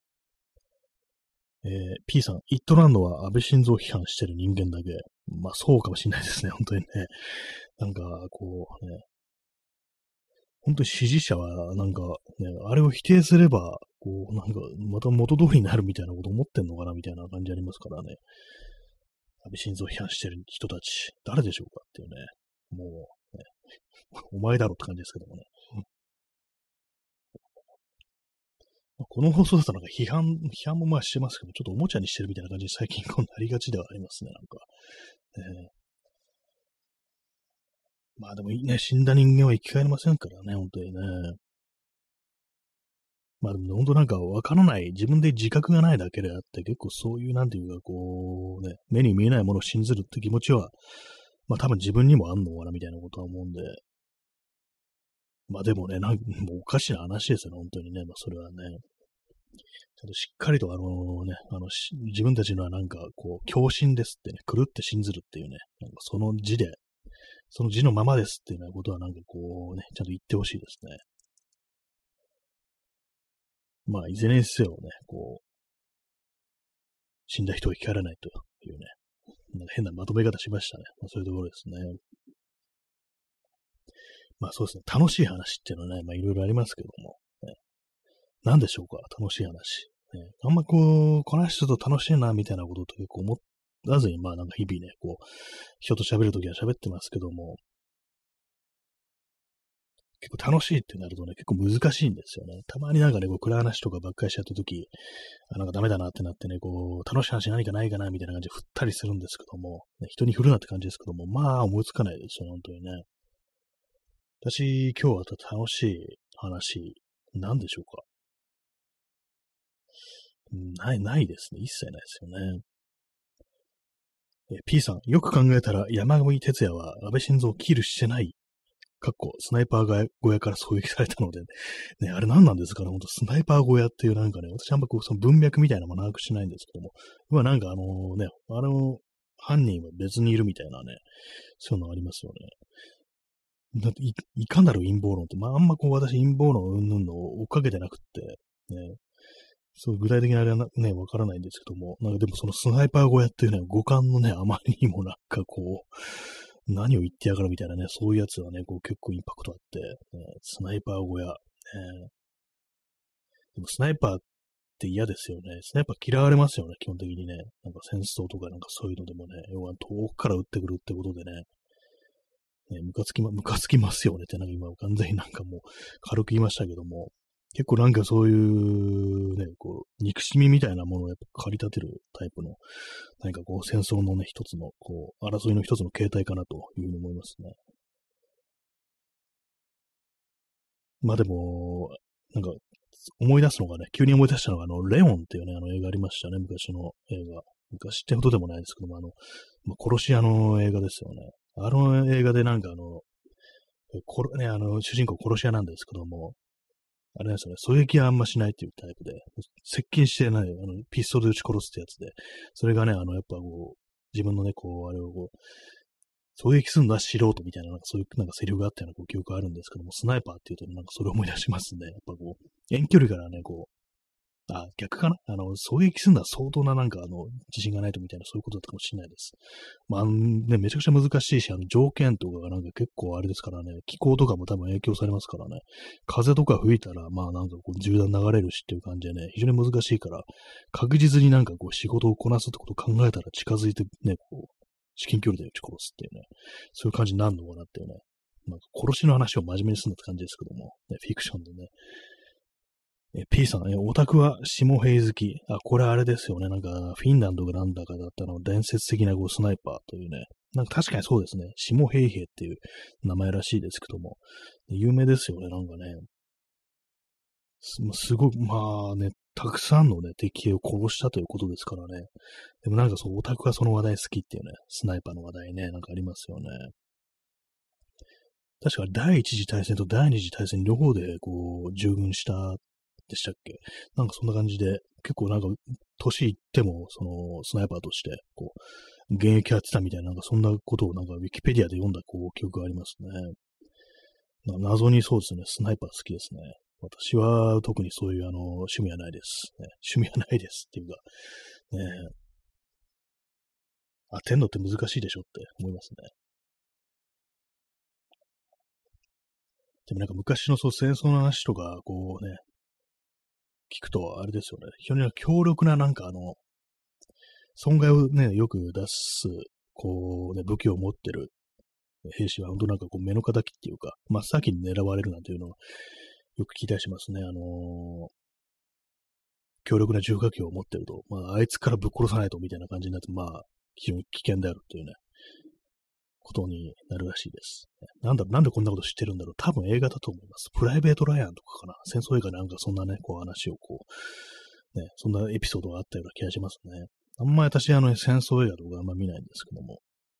Speaker 1: えー、P さん、言っとらんのは安倍晋三を批判してる人間だけ。まあそうかもしれないですね、本当にね。なんか、こうね、本当に支持者は、なんか、ね、あれを否定すれば、こう、なんか、また元通りになるみたいなこと思ってんのかなみたいな感じありますからね。安倍晋三を批判してる人たち、誰でしょうかっていうね。もう、ね、お前だろって感じですけどもね。この放送だとなんか批判、批判もまあしてますけど、ちょっとおもちゃにしてるみたいな感じで最近こうなりがちではありますね、なんか。えー、まあでもね、死んだ人間は生き返りませんからね、本当にね。まあでも本当なんかわからない、自分で自覚がないだけであって、結構そういうなんていうかこうね、目に見えないものを信ずるって気持ちは、まあ多分自分にもあんのかなみたいなことは思うんで、まあでもね、なんもうおかしな話ですよね、本当にね。まあそれはね。ちゃんとしっかりとあのね、あの自分たちのはなんかこう、狂信ですってね、狂って信ずるっていうね、なんかその字で、その字のままですっていうようなことはなんかこうね、ちゃんと言ってほしいですね。まあいずれにせよね、こう、死んだ人を生き返らないというね、なんか変なまとめ方しましたね。まあそういうところですね。まあそうですね、楽しい話っていうのはね、まあいろいろありますけども、ね、何でしょうか、楽しい話。ね、あんまこう、この人と楽しいな、みたいなことと結構思わずに、まあなんか日々ね、こう、人と喋るときは喋ってますけども、結構楽しいってなるとね、結構難しいんですよね。たまになんかね、こう暗い話とかばっかりしちゃったとき、あ、なんかダメだなってなってね、こう、楽しい話何かないかな、みたいな感じで振ったりするんですけども、ね、人に振るなって感じですけども、まあ思いつかないですよね、本当にね。私、今日は楽しい話、なんでしょうか。ない、ないですね。一切ないですよね。え P さん、よく考えたら山上徹也は安倍晋三をキルしてない。かっこ、スナイパーが小屋から狙撃されたので、ね、あれ何なんですかね、ほんと、スナイパー小屋っていうなんかね、私あんまこう、その文脈みたいなもの把握しないんですけども、まあなんかあのね、あの、犯人は別にいるみたいなね、そういうのありますよね。だってい、いかなる陰謀論って、まああんまこう私陰謀論うんぬんの追っかけてなくって、ね、そう具体的なあれはなね、わからないんですけども、なんかでもそのスナイパー小屋っていうね、五感のね、あまりにもなんかこう、何を言ってやがるみたいなね、そういうやつはね、こう結構インパクトあって、ね、スナイパー小屋、ね、でもスナイパーって嫌ですよね。スナイパー嫌われますよね、基本的にね。なんか戦争とかなんかそういうのでもね、要は遠くから撃ってくるってことでね、ね、ムカつきま、ムカつきますよねって、なんか今完全になんかもう軽く言いましたけども、結構なんかそういうね、こう、憎しみみたいなものをやっぱ駆り立てるタイプの、何かこう戦争のね、一つの、こう、争いの一つの形態かなというふうに思いますね。まあでも、なんか、思い出すのがね、急に思い出したのが、あの、レオンっていうね、あの映画ありましたね、昔の映画。昔ってほどでもないですけども、あの、まあ、殺し屋の映画ですよね。あの映画でなんかあの、これね、あの、主人公殺し屋なんですけども、あれなんですよね、狙撃はあんましないっていうタイプで、接近してない、あの、ピストルで撃ち殺すってやつで、それがね、あの、やっぱこう、自分のね、こう、あれをこう、狙撃するのは素人みたいな、なんかそういう、なんかセリフがあったようなこう記憶があるんですけども、スナイパーっていうと、なんかそれを思い出しますね。やっぱこう、遠距離からね、こう、あ、逆かなあの、狙撃するのは相当ななんかあの、自信がないとみたいな、そういうことだったかもしれないです。まあ、ね、めちゃくちゃ難しいし、あの、条件とかがなんか結構あれですからね、気候とかも多分影響されますからね、風とか吹いたら、まあなんかこう、銃弾流れるしっていう感じでね、非常に難しいから、確実になんかこう、仕事をこなすってことを考えたら近づいてね、こう、至近距離で撃ち殺すっていうね、そういう感じになるのかなっていうね、なんか殺しの話を真面目にするんだって感じですけども、ね、フィクションでね、え、P さん、え、オタクは下平好き。あ、これあれですよね。なんか、フィンランドがなんだかだったの、伝説的なこうスナイパーというね。なんか確かにそうですね。下平平っていう名前らしいですけども。有名ですよね、なんかね。す、すごい、まあね、たくさんのね、敵を殺したということですからね。でもなんかそう、オタクはその話題好きっていうね、スナイパーの話題ね、なんかありますよね。確か第一次大戦と第二次大戦両方でこう、従軍したでしたっけ？なんかそんな感じで、結構なんか、年いっても、その、スナイパーとして、こう、現役やってたみたいな、なんかそんなことをなんかウィキペディアで読んだ、こう、記憶がありますね。な謎にそうですね、スナイパー好きですね。私は特にそういうあの趣味はないです、ね。趣味はないですっていうか、ね、当てんのって難しいでしょって思いますね。でもなんか昔のそう戦争の話とか、こうね、聞くとあれですよね。非常に強力ななんかあの、損害をね、よく出す、こうね、武器を持ってる兵士は本当なんかこう目の敵っていうか、真っ先に狙われるなんていうのをよく聞いたりしますね。あのー強力な重火器を持ってると、まあ、あいつからぶっ殺さないとみたいな感じになって、まあ、非常に危険であるというね、ことになるらしいです。なんだ、なんでこんなこと知ってるんだろう。多分映画だと思います。プライベート・ライアンとかかな。戦争映画なんかそんなね、こう話をこう、ね、そんなエピソードがあったような気がしますね。あんまり私、あの、戦争映画とかあんま見ないんですけども。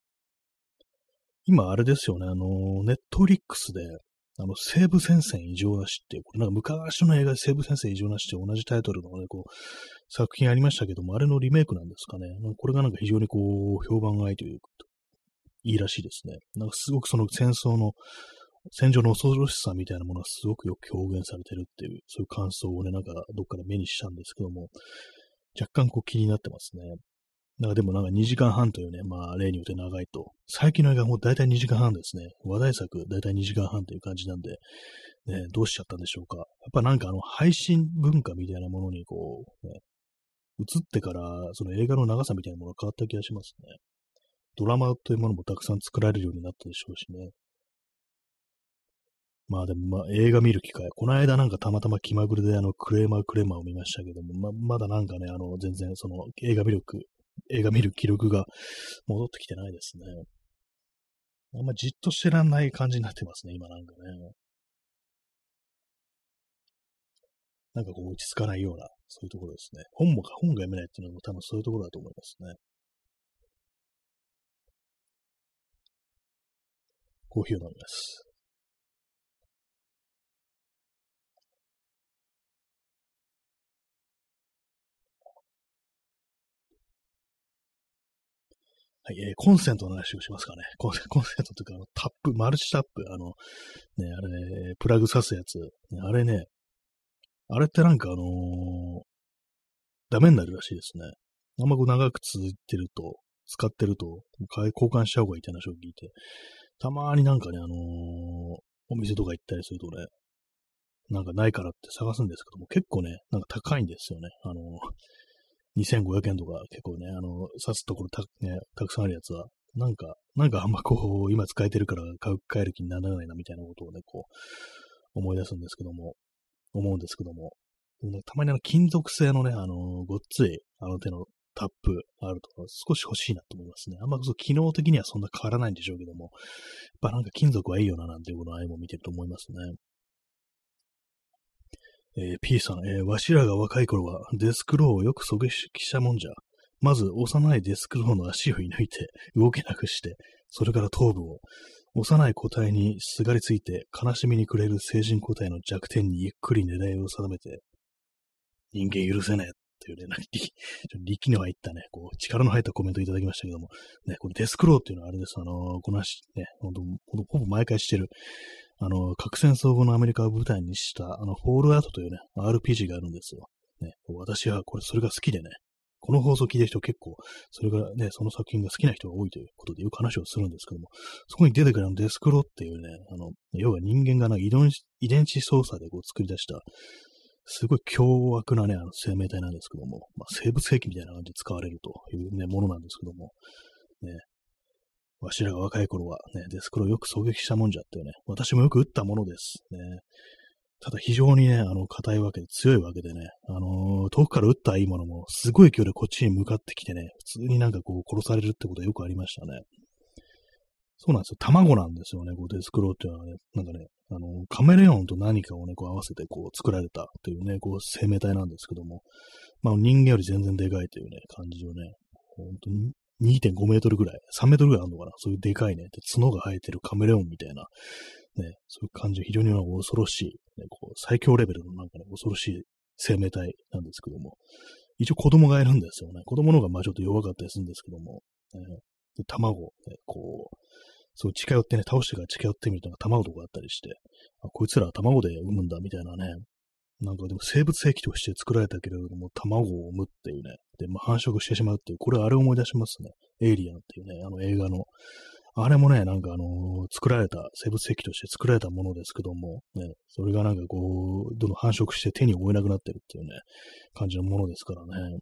Speaker 1: 今、あれですよね、あの、ネットフリックスで、あの、西部戦線異常なしっていう、これなんか昔の映画で西部戦線異常なしって同じタイトルのね、こう、作品ありましたけども、あれのリメイクなんですかね。これがなんか非常にこう、評判がいいという、いいらしいですね。なんかすごくその戦争の、戦場の恐ろしさみたいなものがすごくよく表現されてるっていう、そういう感想をね、なんかどっかで目にしたんですけども、若干こう気になってますね。なんかでもなんかにじかんはんというね、まあ例によって長いと。最近の映画もう大体にじかんはんですね。話題作大体にじかんはんという感じなんで、ね、どうしちゃったんでしょうか。やっぱなんかあの配信文化みたいなものにこう、ね、映ってからその映画の長さみたいなものが変わった気がしますね。ドラマというものもたくさん作られるようになったでしょうしね。まあでもまあ映画見る機会、この間なんかたまたま気まぐれであのクレーマークレーマーを見ましたけども、ま、まだなんかね、あの全然その映画見る、映画見る記録が戻ってきてないですね。あんまじっとしてらんない感じになってますね、今なんかね。なんかこう落ち着かないような、そういうところですね。本も、本が読めないっていうのも多分そういうところだと思いますね。コーヒーを飲みます。はい、えー、コンセントの話をしますかね。コンセコンセントというか、あのタップ、マルチタップ、あの、ね、あれ、プラグ挿すやつ。あれね、あれってなんかあのーダメになるらしいですね。あんまこう長く続いてると、使ってると、交換した方がいいって話を聞いて、たまになんかね、あのーお店とか行ったりするとね、なんかないからって探すんですけども、結構ね、なんか高いんですよね。あのーにせんごひゃくえんとか結構ね、あの、刺すところた,、ね、たくさんあるやつは、なんか、なんかあんまこう、今使えてるから買う、買える気にならないなみたいなことをね、こう、思い出すんですけども、思うんですけども、たまにあの金属製のね、あの、ごっつい、あの手のタップあると少し欲しいなと思いますね。あんまそう機能的にはそんな変わらないんでしょうけども、やっぱなんか金属はいいよななんていうことをあれも見てると思いますね。えー、P さん、えー、わしらが若い頃はデスクローをよく狙撃したもんじゃ。まず幼いデスクローの足を射抜いて動けなくして、それから頭部を幼い個体にすがりついて悲しみに暮れる成人個体の弱点にゆっくり狙いを定めて、人間許せねえっていうね、力力の入ったね、こう力の入ったコメントいただきましたけども、ね、これデスクローっていうのはあれです。あのー、この足、ね、ほんと、ほぼ毎回してる、あの、核戦争後のアメリカを舞台にした、あの、フォールアウトというね、アールピージー があるんですよ。ね、私はこれ、それが好きでね、この放送を聞いてる人結構、それがね、その作品が好きな人が多いということでよく話をするんですけども、そこに出てくるあのデスクロっていうね、あの、要は人間がな遺伝遺伝子操作でこう作り出した、すごい凶悪なね、あの生命体なんですけども、まあ、生物兵器みたいな感じで使われるというね、ものなんですけども、ね、わしらが若い頃はね、デスクロをよく狙撃したもんじゃってね、私もよく撃ったものです。ね。ただ非常にね、あの、硬いわけで、強いわけでね、あのー遠くから撃ったらいいものも、すごい勢いでこっちに向かってきてね、普通になんかこう殺されるってことはよくありましたね。そうなんですよ。卵なんですよね、こうデスクローっていうのはね、なんかね、あの、カメレオンと何かをね、こう合わせてこう作られたというね、こう生命体なんですけども、まあ人間より全然でかいというね、感じをね、本当ににてんごメートルぐらい、さんメートルぐらいあるのかな、そういうでかいね、角が生えてるカメレオンみたいな、ね、そういう感じ、非常に恐ろしい、ね、こう最強レベルのなんかね、恐ろしい生命体なんですけども、一応子供がいるんですよね。子供の方がまあちょっと弱かったりするんですけども、えーで卵、ね、こう、そう近寄ってね、倒してから近寄ってみると卵とかあったりして、あ、こいつらは卵で産むんだみたいなね、なんかでも生物兵器として作られたけれども、卵を産むっていうね、で、まあ、繁殖してしまうっていう、これあれを思い出しますね。エイリアンっていうね、あの映画の、あれもね、なんかあのー作られた、生物兵器として作られたものですけども、ね、それがなんかこう、どんどん繁殖して手に負えなくなってるっていうね、感じのものですからね。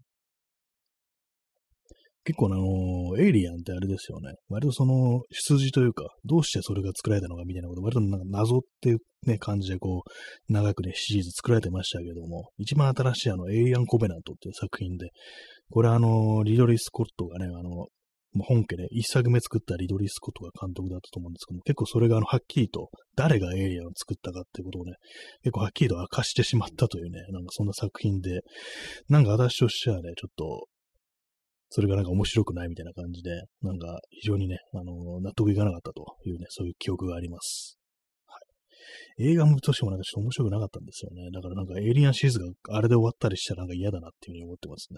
Speaker 1: 結構あの、エイリアンってあれですよね。割とその、出自というか、どうしてそれが作られたのかみたいなこと、割となんか謎っていうね、感じでこう、長くね、シリーズ作られてましたけども、一番新しいあの、エイリアン・コベナントっていう作品で、これあの、リドリー・スコットがね、あの、本家で一作目作ったリドリー・スコットが監督だったと思うんですけども、結構それがあの、はっきりと誰がエイリアンを作ったかっていうことをね、結構はっきりと明かしてしまったというね、なんかそんな作品で、なんか私としてはね、ちょっと、それがなんか面白くないみたいな感じで、なんか非常にね、あの、納得いかなかったというね、そういう記憶があります。はい、映画としてもなんかちょっと面白くなかったんですよね。だからなんかエイリアンシリーズがあれで終わったりしたらなんか嫌だなっていうふうに思ってますね。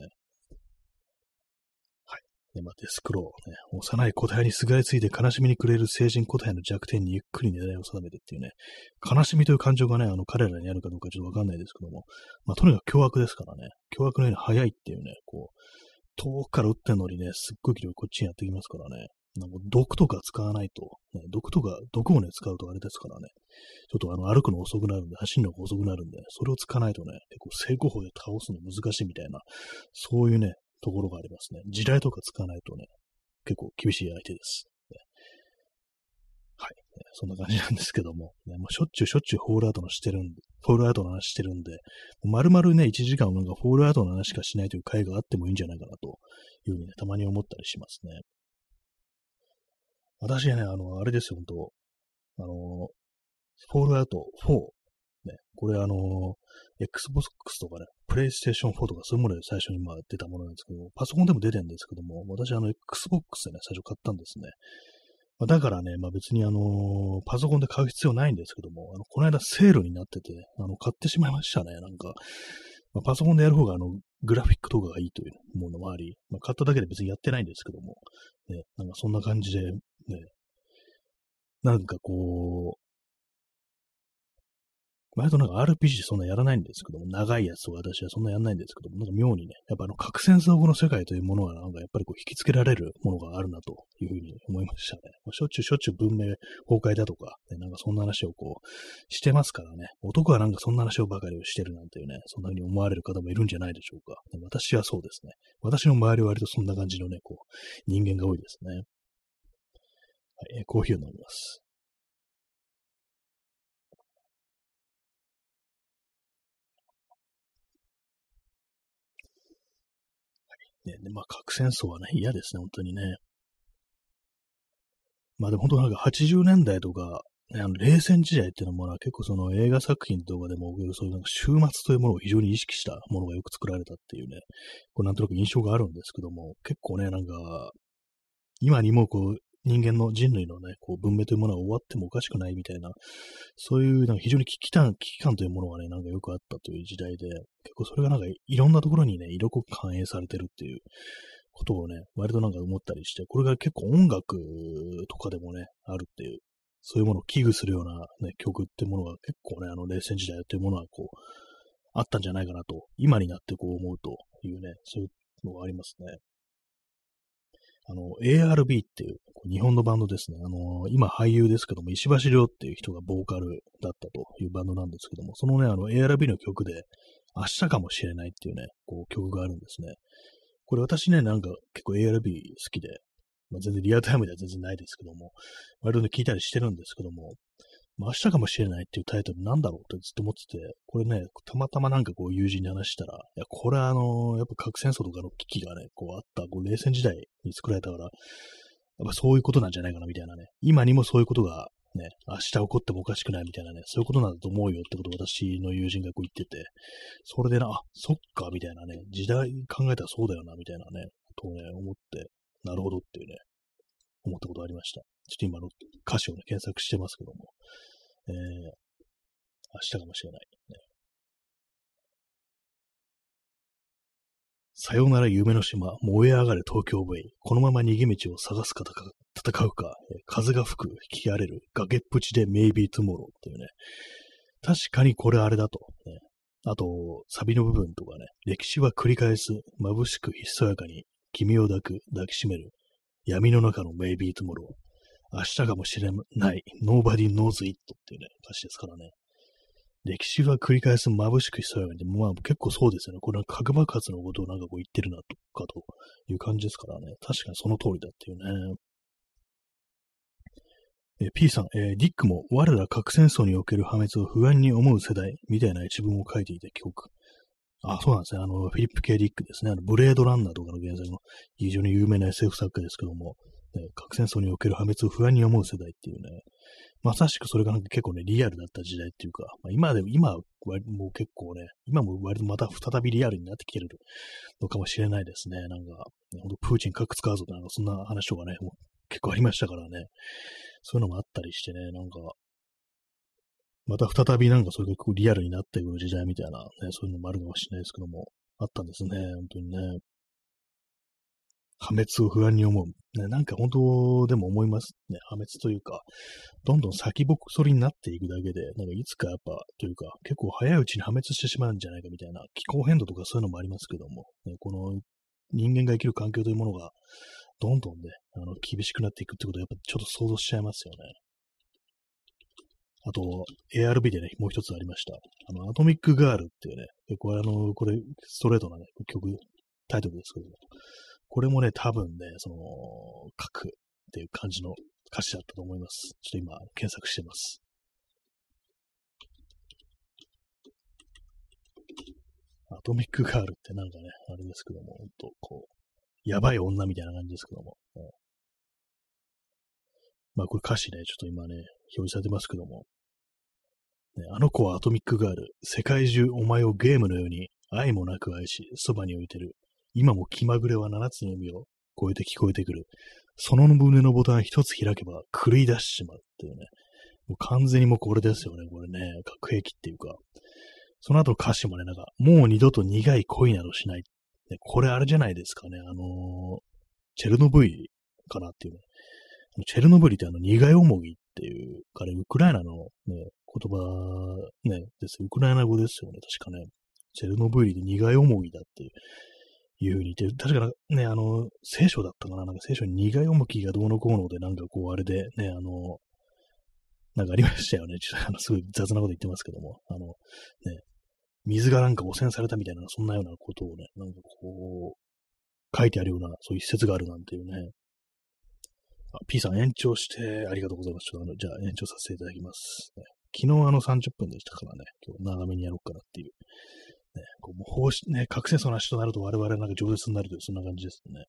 Speaker 1: はい。で、まあ、デスクロー、ね、幼い個体にすがりついて悲しみに暮れる成人個体の弱点にゆっくり狙いを定めてっていうね、悲しみという感情がね、あの彼らにあるかどうかちょっとわかんないですけども、まあ、とにかく凶悪ですからね、凶悪のように速いっていうね、こう、遠くから撃ってんのにね、すっごい勢いこっちにやってきますからね。なんか毒とか使わないと、ね、毒とか、毒をね、使うとあれですからね。ちょっとあの、歩くの遅くなるんで、走るのが遅くなるんで、それを使わないとね、結構正攻法で倒すの難しいみたいな、そういうね、ところがありますね。地雷とか使わないとね、結構厳しい相手です。ね、はい、ね。そんな感じなんですけども、ね、もうしょっちゅうしょっちゅうホールアウトのしてるんで、フォールアウトの話してるんで、丸々ね、いちじかんなんかフォールアウトの話しかしないという回があってもいいんじゃないかなというふうにね、たまに思ったりしますね。私はね、あの、あれですよ、本当あの、フォールアウトフォー、ね、これあの、Xbox とかね、PlayStation フォーとかそういうもので最初にまあ出たものなんですけど、パソコンでも出てるんですけども、私あの、Xbox でね、最初買ったんですね。まあ、だからね、まあ別にあのーパソコンで買う必要ないんですけども、あの、この間セールになってて、あの、買ってしまいましたね、なんか。まあ、パソコンでやる方があの、グラフィックとかがいいというものもあり、まあ、買っただけで別にやってないんですけども、ね、なんかそんな感じで、ね、なんかこう、割となんか アールピージー そんなやらないんですけども、長いやつとか私はそんなやらないんですけども、なんか妙にね、やっぱあの核戦争後の世界というものはなんかやっぱりこう引きつけられるものがあるなというふうに思いましたね。しょっちゅうしょっちゅう文明崩壊だとか、ね、なんかそんな話をこうしてますからね、男はなんかそんな話をばかりをしてるなんていうね、そんなふうに思われる方もいるんじゃないでしょうか。私はそうですね。私の周りは割とそんな感じのね、こう、人間が多いですね。はい、コーヒーを飲みます。ね、でまあ核戦争はね、嫌ですね、本当にね。まあでも本当なんかはちじゅうねんだいとか、ね、あの冷戦時代っていうのものは結構その映画作品とかでもそういうなんか終末というものを非常に意識したものがよく作られたっていうね、こうなんとなく印象があるんですけども、結構ね、なんか、今にもこう人間の人類のね、こう文明というものは終わってもおかしくないみたいな、そういうなんか非常に危機感、危機感というものがね、なんかよくあったという時代で、結構それがなんかいろんなところにね、色濃く反映されてるっていうことをね、割となんか思ったりして、これが結構音楽とかでもね、あるっていう、そういうものを危惧するようなね、曲ってものが結構ね、あの冷戦時代っていうものはこう、あったんじゃないかなと、今になってこう思うというね、そういうのがありますね。あの、エーアールビー っていう、日本のバンドですね。あの、今俳優ですけども、石橋亮っていう人がボーカルだったというバンドなんですけども、そのね、あの、エーアールビー の曲で、明日かもしれないっていうね、こう曲があるんですね。これ私ね、なんか結構 エーアールビー 好きで、まあ、全然リアルタイムでは全然ないですけども、割とね、聞いたりしてるんですけども、まあ、明日かもしれないっていうタイトルなんだろうってずっと思ってて、これね、たまたまなんかこう友人に話したら、いや、これはあのやっぱ核戦争とかの危機がね、こうあった、こう冷戦時代に作られたから、やっぱそういうことなんじゃないかなみたいなね、今にもそういうことがね、明日起こってもおかしくないみたいなね、そういうことなんだと思うよってことを私の友人がこう言ってて、それでな、あ、そっか、みたいなね、時代考えたらそうだよな、みたいなね、ことをね、思って、なるほどっていうね、思ったことがありました。ちょっと今の歌詞をね、検索してますけども、えー、明日かもしれない、ね。 さよなら夢の島、燃え上がれ東京ベイ。このまま逃げ道を探すか戦うか、風が吹く、引き荒れる、崖っぷちで Maybe Tomorrow っていうね。確かにこれあれだと。ね、あと、サビの部分とかね、歴史は繰り返す、眩しくひそやかに、君を抱く、抱きしめる、闇の中の Maybe Tomorrow。明日かもしれない、Nobody knows it っていうね、歌詞ですからね。歴史は繰り返す眩しくひそやかに、まあ結構そうですよね。これは核爆発のことをなんかこう言ってるなとかという感じですからね。確かにその通りだっていうね。え P さん、えーディックも我ら核戦争における破滅を不安に思う世代みたいな一文を書いていた記憶。あ、そうなんですね。あの、フィリップ・ケイ・ディックですね。あの、ブレードランナーとかの原作の非常に有名な エスエフ 作家ですけども、ね、核戦争における破滅を不安に思う世代っていうね、まさしくそれがなんか結構ね、リアルだった時代っていうか、まあ、今でも、今はもう結構ね、今も割とまた再びリアルになってきてるのかもしれないですね。なんか、ほんとプーチン核使うぞってなんかそんな話とかね、もう結構ありましたからね。そういうのもあったりしてね、なんか、また再びなんかそれがこうリアルになってくる時代みたいな、ね、そういうのもあるかもしれないですけども、あったんですね、本当にね。破滅を不安に思う。ね、なんか本当でも思いますね。破滅というか、どんどん先細りになっていくだけで、なんかいつかやっぱ、というか、結構早いうちに破滅してしまうんじゃないかみたいな、気候変動とかそういうのもありますけども、ね、この人間が生きる環境というものが、どんどんね、あの、厳しくなっていくってことは、やっぱちょっと想像しちゃいますよね。あと、エーアールビー でね、もう一つありました。あの、アトミックガールっていうね、結構あの、これ、ストレートなね、曲、タイトルですけども、これもね、多分ね、その、書くっていう感じの歌詞だったと思います。ちょっと今、検索してます。アトミックガールってなんかね、あれですけども、ほんと、こう、やばい女みたいな感じですけども。ね、まあこれ歌詞ね、ちょっと今ね、表示されてますけども、ね、あの子はアトミックガール、世界中お前をゲームのように愛もなく愛し、そばに置いてる。今も気まぐれは七つの海を越えて聞こえてくる。その胸のボタン一つ開けば狂い出してしまうっていうね。もう完全にもうこれですよね、これね。核兵器っていうか。その後の歌詞もね、なんか、もう二度と苦い恋などしない。ね、これあれじゃないですかね。あのー、チェルノブイリかなっていうね。チェルノブイリってあの苦い思いっていう、あれ、ウクライナのね、言葉ね、です。ウクライナ語ですよね、確かね。チェルノブイリで苦い思いだっていうふうに言って、確かね、あの、聖書だったかな、なんか聖書に苦い思いがどうのこうので、なんかこう、あれでね、あの、なんかありましたよね。ちょっとあの、すごい雑なこと言ってますけども、あの、ね、水がなんか汚染されたみたいな、そんなようなことをね、なんかこう、書いてあるような、そういう一節があるなんていうね。あ、P さん延長してありがとうございます。ちょっとあの、じゃあ延長させていただきます。ね、昨日あのさんじゅっぷんでしたからね、今日長めにやろうかなっていう。ね、こうもう方針ね、核戦争の話となると我々なんか饒舌になるという、そんな感じですね。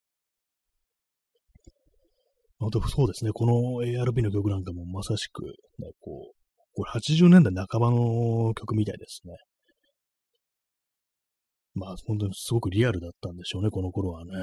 Speaker 1: 本当そうですね。この エーアールビー の曲なんかもまさしく、ね、こう、これはちじゅうねんだい半ばの曲みたいですね。まあ、本当にすごくリアルだったんでしょうね、この頃はね。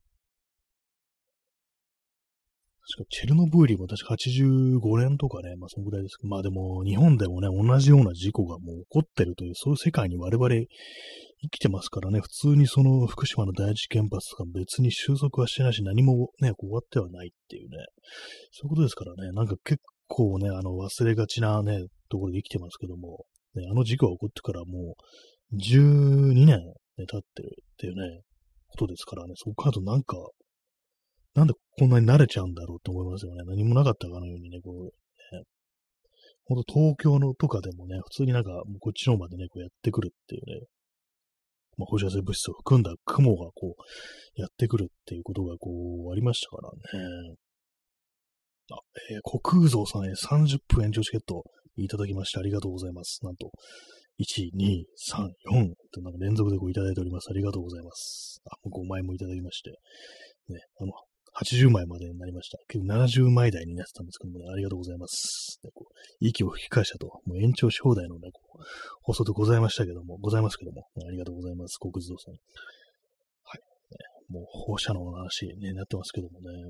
Speaker 1: 確かチェルノブイリも確かはちじゅうごねんとかね、まあそのぐらいですけど、まあでも日本でもね、同じような事故がもう起こってるという、そういう世界に我々生きてますからね、普通にその福島の第一原発とか別に収束はしてないし、何もね、終わってはないっていうね、そういうことですからね、なんか結構ね、あの忘れがちなね、ところで生きてますけども、ね、あの事故が起こってからもうじゅうにねん、ね、経ってるっていうね、ことですからね、そこからとなんか、なんでこんなに慣れちゃうんだろうと思いますよね。何もなかったかのようにね、こう、ね、ほんと東京のとかでもね、普通になんか、もうこっちの方までね、こうやってくるっていうね、まあ、放射性物質を含んだ雲がこう、やってくるっていうことがこう、ありましたからね。あ、えー、国空蔵さんへさんじゅっぷん延長チケットいただきましてありがとうございます。なんと、いち、に、さん、よんとなんか連続でこういただいております。ありがとうございます。あ、ごまいもいただきまして。ね、あの、はちじゅうまいまでになりました。結構ななじゅうまい台になってたんですけどもね、ありがとうございます。ね、こう息を吹き返したと、もう延長し放題のね、こう放送でございましたけども、ございますけども、ね、ありがとうございます。国地蔵さん。はい。ね、もう放射能の話になってますけどもね。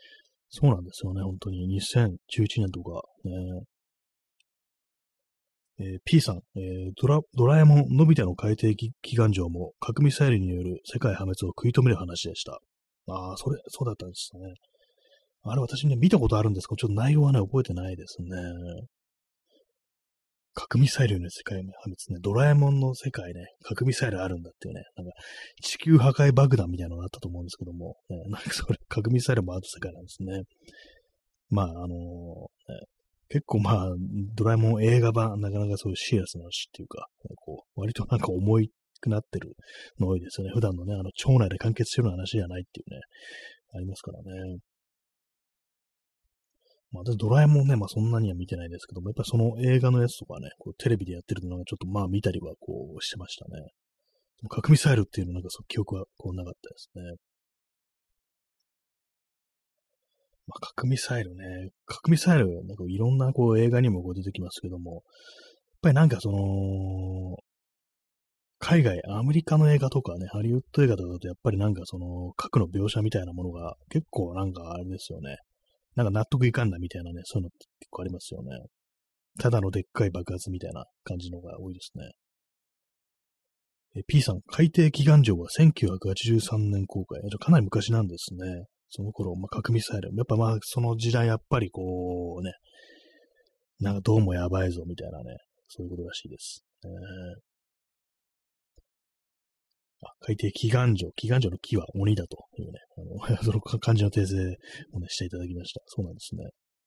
Speaker 1: そうなんですよね、本当に。にせんじゅういちねんとか、ね。 えー P さん、えードラ、ドラえもん、のび太の海底祈願城も核ミサイルによる世界破滅を食い止める話でした。ああ、それ、そうだったんですね。あれ私ね、見たことあるんですけど、ちょっと内容はね、覚えてないですね。核ミサイルの世界破滅ね。ドラえもんの世界ね、核ミサイルあるんだっていうね。なんか、地球破壊爆弾みたいなのがあったと思うんですけども、ね、なんかそれ、核ミサイルもある世界なんですね。まあ、あのーね、結構まあ、ドラえもん映画版、なかなかそういうシリアスな話っていうか、こう、割となんか重いくなってるの多いですよね。普段のね、あの、町内で完結してるような話じゃないっていうね、ありますからね。まあ、私ドラえもんね、まあそんなには見てないですけども、やっぱりその映画のやつとかね、こうテレビでやってるのがちょっとまあ見たりはこうしてましたね。核ミサイルっていうのなんかそう記憶はこうなかったですね。まあ、核ミサイルね、核ミサイル、なんかいろんなこう映画にもこう出てきますけども、やっぱりなんかその、海外、アメリカの映画とかね、ハリウッド映画とかだとやっぱりなんかその核の描写みたいなものが結構なんかあれですよね。なんか納得いかんなみたいなね、そういうのって結構ありますよね。ただのでっかい爆発みたいな感じのが多いですね。え P さん、海底祈願城はせんきゅうひゃくはちじゅうさんねん公開。かなり昔なんですね。その頃、まあ、核ミサイル。やっぱまあ、その時代、やっぱりこうね、なんかどうもやばいぞみたいなね、そういうことらしいです。えー、あ、海底祈願城。祈願城の木は鬼だというね、あのその漢字の訂正をね、していただきました。そうなんですね。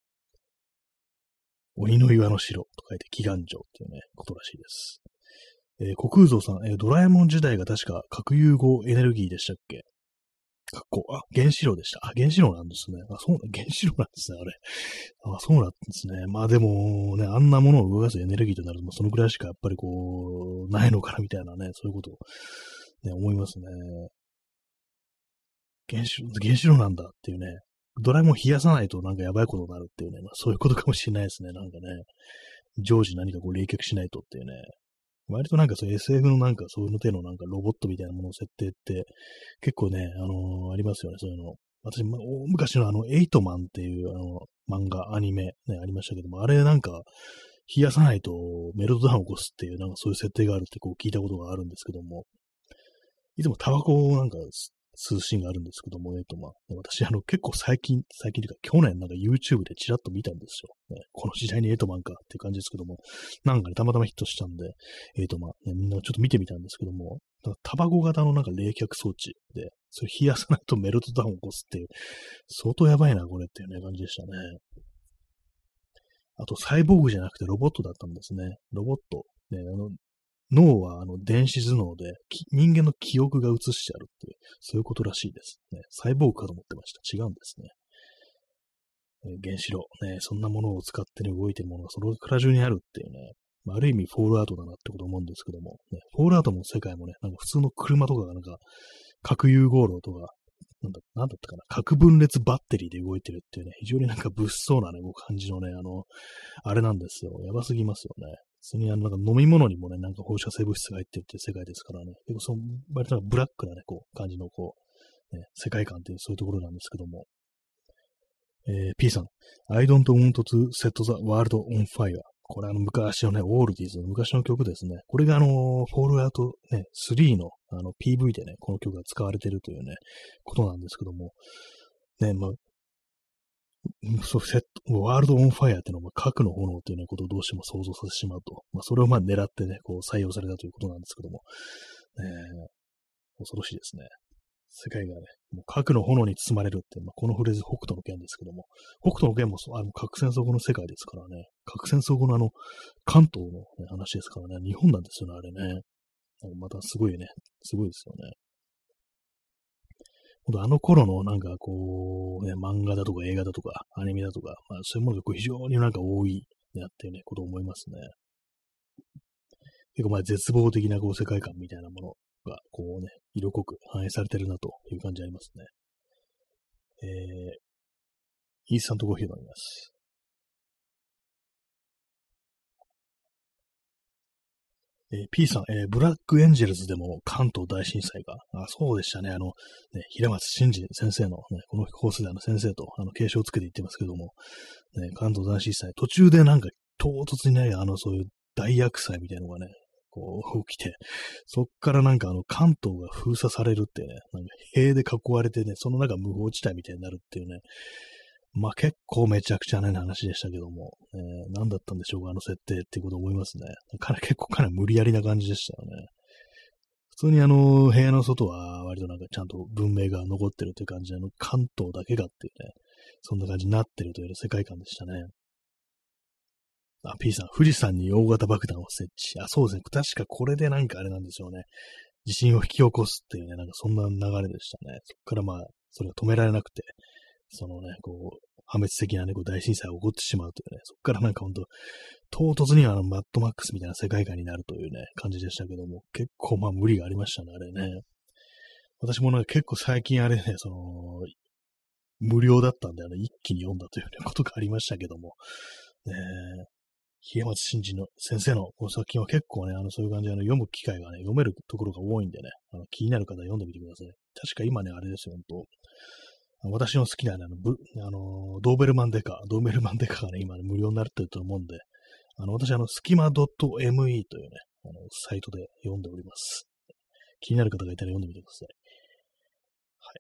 Speaker 1: 鬼の岩の城と書いて祈願城っていうね、ことらしいです。えー、国空蔵さん、えー、ドラえもん時代が確か核融合エネルギーでしたっけ？かっこ、あ、原子炉でした。あ、原子炉なんですね。あ、そう、原子炉なんですね、あれ。あ、そうなんですね。まあでもね、あんなものを動かすエネルギーとなると、そのくらいしかやっぱりこう、ないのかなみたいなね、そういうことをね、思いますね。原子、原子炉なんだっていうね。ドラえもん冷やさないとなんかやばいことになるっていうね、まあそういうことかもしれないですね、なんかね。常時何かこう冷却しないとっていうね。割となんかそう エスエフ のなんかそういうの手のなんかロボットみたいなものの設定って結構ね、あのーありますよね、そういうの。私、ま、大昔のあの、エイトマンっていうあの、漫画、アニメね、ありましたけども、あれなんか、冷やさないとメルトダウンを起こすっていう、なんかそういう設定があるってこう聞いたことがあるんですけども、いつもタバコをなんか吸うシーンがあるんですけども、えっと、まあ、私、あの、結構最近、最近というか、去年なんか YouTube でチラッと見たんですよ。ね、この時代にエイトマンかっていう感じですけども、なんかね、たまたまヒットしたんで、エイトマン、ね、みんなちょっと見てみたんですけども、なんかタバコ型のなんか冷却装置で、それ冷やさないとメルトダウンを起こすっていう、相当やばいな、これっていうね、感じでしたね。あと、サイボーグじゃなくてロボットだったんですね。ロボット。ね、あの、脳はあの電子頭脳で、人間の記憶が映してあるっていう、そういうことらしいです。ね、サイボーグかと思ってました。違うんですね。えー原子炉、ね、そんなものを使ってね、動いてるものがそのから中にあるっていうね、まあ、ある意味フォールアウトだなってこと思うんですけども、ね、フォールアウトの世界もね、なんか普通の車とかがなんか、核融合炉とか、なんだ、なんだったかな、核分裂バッテリーで動いてるっていうね、非常になんか物騒なね、こう感じのね、あの、あれなんですよ。やばすぎますよね。普通にあの、なんか飲み物にもね、なんか放射性物質が入ってるっていう世界ですからね。結構その、割となんかブラックなね、こう、感じのこう、ね、世界観っていうそういうところなんですけども。えー、P さん、I don't want to set the world on fire。これあの昔のね、オールディーズの昔の曲ですね。これがあの、フォールアウトね、スリーのあの ピーブイ でね、この曲が使われているというね、ことなんですけども、ね、まあ、そう、セット、ワールドオンファイアっていうのは核の炎というね、ことをどうしても想像させてしまうと。まあ、それをまあ狙ってね、こう採用されたということなんですけども、えー、恐ろしいですね。世界がね、もう核の炎に包まれるって、まあ、このフレーズ、北斗の拳ですけども、北斗の拳もあの核戦争後の世界ですからね、核戦争後のあの、関東の、ね、話ですからね、日本なんですよね、あれね。またすごいね、すごいですよね。あの頃のなんかこう、ね、漫画だとか映画だとかアニメだとか、まあ、そういうものがこう非常になんか多いなっていうね、ことを思いますね。結構まあ絶望的なこう世界観みたいなものがこうね、色濃く反映されてるなという感じありますね。えー、イースタントコーヒーを飲みます。えー、P さん、えー、ブラックエンジェルズでも関東大震災が、あ、そうでしたね、あの、ね、平松真二先生の、ね、このコースであの先生とあの継承をつけて言ってますけども、ね、関東大震災、途中でなんか唐突にね、あの、そういう大厄災みたいなのがね、こう起きて、そっからなんかあの関東が封鎖されるってね、なんか塀で囲われてね、その中無法地帯みたいになるっていうね、まあ結構めちゃくちゃな話でしたけども、えー、何だったんでしょうか、あの設定っていうことを思いますね。かなり結構かなり無理やりな感じでしたよね。普通にあの、部屋の外は割となんかちゃんと文明が残ってるという感じで、あの、関東だけがっていうね、そんな感じになってるという世界観でしたね。あ、P さん、富士山に大型爆弾を設置。あ、そうですね。確かこれでなんかあれなんですよね。地震を引き起こすっていうね、なんかそんな流れでしたね。そこからまあ、それが止められなくて、そのね、こう、破滅的なね、こう大震災が起こってしまうというね、そこからなんかほんと、唐突にはあのマッドマックスみたいな世界観になるというね、感じでしたけども、結構まあ無理がありましたね、あれね。私もなんか結構最近あれね、その、無料だったんで、あの、一気に読んだというようなことがありましたけども、ねえ、檜松真治の先生のこの作品は結構ね、あの、そういう感じであの読む機会がね、読めるところが多いんでね、あの気になる方は読んでみてください。確か今ね、あれですよ、本当私の好きなね、あの、ブあのドーベルマンデカ、ドーベルマンデカがね、今ね、無料になってると思うんで、あの、私、あの、スキマ .me というね、あの、サイトで読んでおります。気になる方がいたら読んでみてください。はい。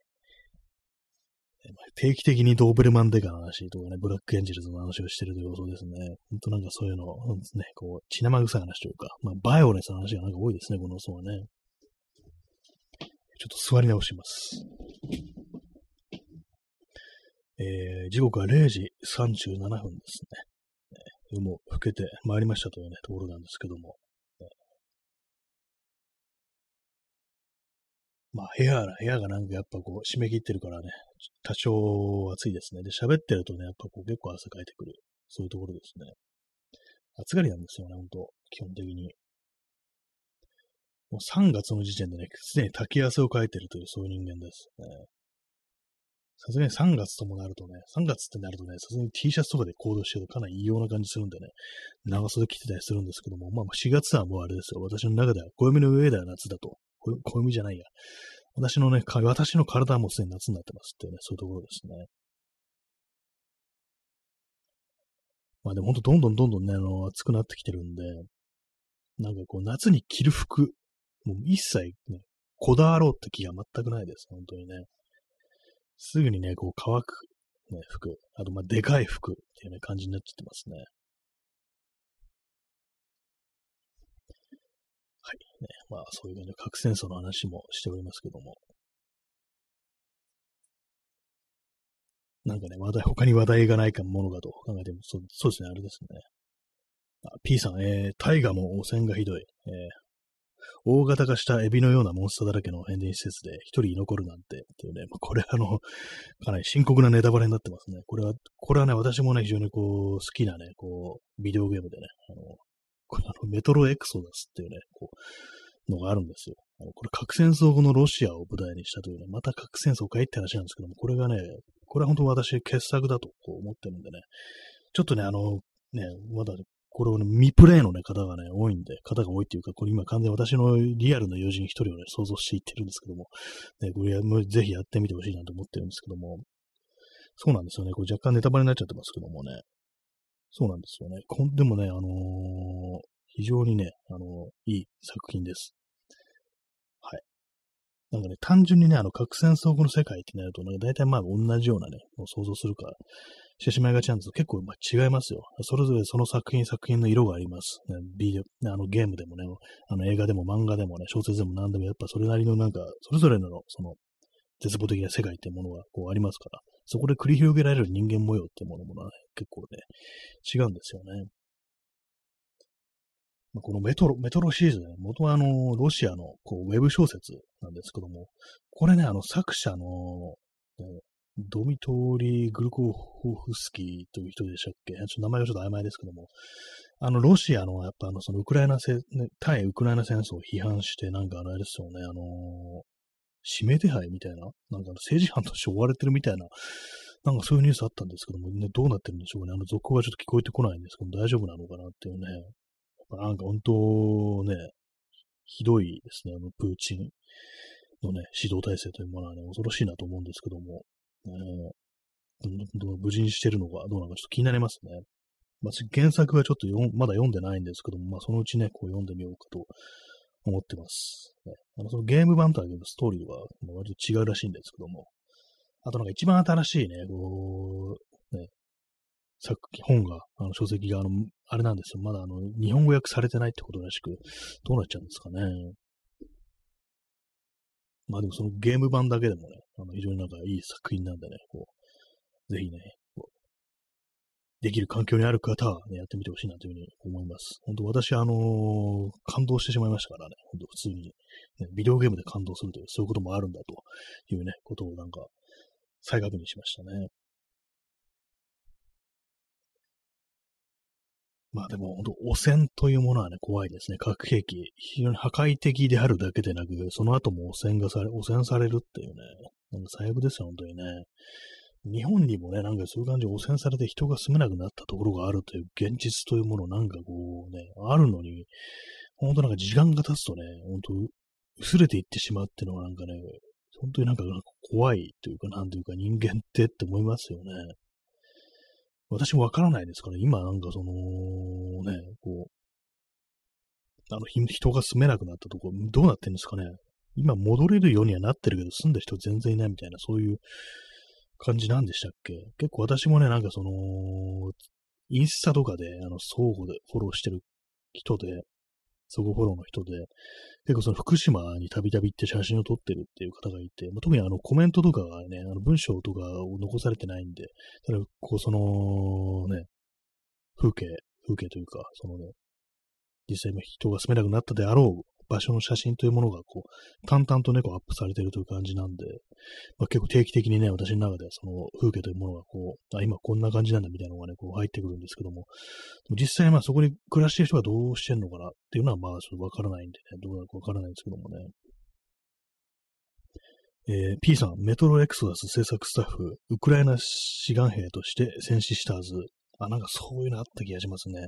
Speaker 1: 定期的にドーベルマンデカの話とかね、ブラックエンジェルズの話をしてるということですね。ほんとなんかそういうの、ね、こう、血生臭い話というか、まあ、バイオレンスの話がなんか多いですね、この層はね。ちょっと座り直します。えー、時刻はれいじさんじゅうななふんですね。夜も更けてまいりましたというね、ところなんですけども。まあ、部屋が、部屋がなんかやっぱこう、締め切ってるからね、多少暑いですね。で、喋ってるとね、やっぱこう結構汗かいてくる。そういうところですね。暑がりなんですよね、ほんと。基本的に。もうさんがつの時点でね、すでに滝汗をかいてるという、そういう人間です。ね、さすがにさんがつともなるとね、さんがつってなるとね、さすがに T シャツとかで行動してるとかなり異様な感じするんでね、長袖着てたりするんですけども、まあしがつはもうあれですよ。私の中では暦の上では夏だと。暦じゃないや。私のね、私の体はもうすでに夏になってますっていうね、そういうところですね。まあでも本当どんどんどんどんね、あの、暑くなってきてるんで、なんかこう夏に着る服、もう一切ね、こだわろうって気が全くないです。本当にね。すぐにね、こう乾く、ね、服、あとまあでかい服っていうね、感じになっちゃってますね。はい。ね、まあそういう感じで核戦争の話もしておりますけども。なんかね、話題、他に話題がないかものかと考えても、そうそうですね、あれですね。あ P さん、えー、大河も汚染がひどい。えー、大型化したエビのようなモンスターだらけの変電施設で一人居残るなんて、っていうね、まあ、これあの、かなり深刻なネタバレになってますね。これは、これはね、私もね、非常にこう、好きなね、こう、ビデオゲームでね、あの、これあのメトロエクソダスっていうね、こう、のがあるんですよ。あのこれ核戦争後のロシアを舞台にしたというね、また核戦争かいって話なんですけども、これがね、これは本当私傑作だとこう思ってるんでね、ちょっとね、あの、ね、まだ、これをね、未プレイのね、方がね、多いんで、方が多いっていうか、これ今完全に私のリアルな友人一人をね、想像していってるんですけども、ね、これもうぜひやってみてほしいなと思ってるんですけども、そうなんですよね。これ若干ネタバレになっちゃってますけどもね、そうなんですよね。こんでもね、あのー非常にね、あのーいい作品です。はい。なんかね、単純にね、あの、核戦争後の世界ってなると、ね、大体まあ同じようなね、もう想像するかしてしまいがちなんですけど、結構まあ違いますよ。それぞれその作品作品の色があります。ね、ビデオ、あのゲームでもね、あの映画でも漫画でもね、小説でも何でもやっぱそれなりのなんか、それぞれのその絶望的な世界っていうものがこうありますから、そこで繰り広げられる人間模様っていうものもね、結構ね、違うんですよね。まあ、このメトロ、メトロシリーズね、元はあの、ロシアのこうウェブ小説なんですけども、これね、あの、作者の、ね、ドミトーリー・グルコフスキーという人でしたっけ、ちょっと名前がちょっと曖昧ですけども、あの、ロシアの、やっぱあの、そのウクライナ戦、ね、対ウクライナ戦争を批判して、なんかあれですよね、あのー指名手配みたいな、なんか政治犯として追われてるみたいな、なんかそういうニュースあったんですけども、ね、どうなってるんでしょうね。あの、続報がちょっと聞こえてこないんですけども、大丈夫なのかなっていうね。なんか本当ね、ひどいですね、あの、プーチンのね、指導体制というものはね、恐ろしいなと思うんですけども、ね、どど無事にしてるのかどうなのかちょっと気になりますね。 まあ、原作はちょっと読んまだ読んでないんですけども、まあ、そのうちね、こう読んでみようかと思ってます。ね、あのそのゲーム版とはストーリーは割と違うらしいんですけども、あとなんか一番新しいね、こう、ね、作品、本が、あの書籍が、あの、あれなんですよ。まだあの、日本語訳されてないってことらしく、どうなっちゃうんですかね。まあでもそのゲーム版だけでもね、あの非常になんかいい作品なんでね、こう、ぜひね、こうできる環境にある方はね、やってみてほしいなというふうに思います。本当私、あのー感動してしまいましたからね、本当普通に、ね、ビデオゲームで感動するという、そういうこともあるんだというね、ことをなんか再確認しましたね。まあでも、本当汚染というものはね、怖いですね。核兵器。非常に破壊的であるだけでなく、その後も汚染がされ、汚染されるっていうね。なんか最悪ですよ、本当にね。日本にもね、なんかそういう感じで汚染されて人が住めなくなったところがあるという現実というものなんかこうね、あるのに、本当なんか時間が経つとね、本当薄れていってしまうっていうのはなんかね、本当になんか怖いというか、なんというか人間ってって思いますよね。私もわからないですから、今なんかその、ね、こう、あの、ひ人が住めなくなったところ、どうなってんですかね。今戻れるようにはなってるけど、住んだ人全然いないみたいな、そういう感じなんでしたっけ。結構私もね、なんかその、インスタとかで、あの、相互でフォローしてる人で、相互フォローの人で、結構その福島にたびたび行って写真を撮ってるっていう方がいて、まあ、特にあのコメントとかがね、あの文章とかを残されてないんで、ただこうそのね、風景、風景というか、そのね、実際人が住めなくなったであろう場所の写真というものがこう、淡々とね、こうアップされているという感じなんで、まあ、結構定期的にね、私の中ではその風景というものがこう、あ、今こんな感じなんだみたいなのがね、こう入ってくるんですけども、実際まあそこに暮らしてる人がどうしてんのかなっていうのはまあちょっとわからないんでね、どうなるかわからないんですけどもね。えー、P さん、メトロエクソダス制作スタッフ、ウクライナ志願兵として戦死したはず。あ、なんかそういうのあった気がしますね。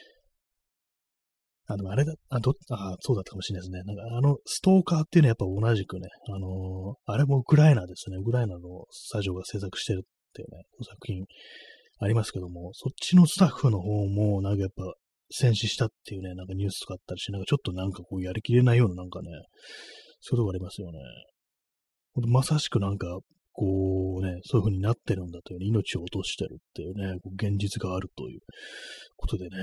Speaker 1: あ、でもあれだ、あ、ど、あ、そうだったかもしれないですね。なんかあの、ストーカーっていうのはやっぱ同じくね、あのーあれもウクライナですね。ウクライナのスタジオが制作してるっていうね、作品ありますけども、そっちのスタッフの方も、なんかやっぱ、戦死したっていうね、なんかニュースとかあったりして、なんかちょっとなんかこうやりきれないようななんかね、そういうとこありますよね。ほんとまさしくなんか、こうね、そういう風になってるんだというね、命を落としてるっていうね、こう現実があるということでね、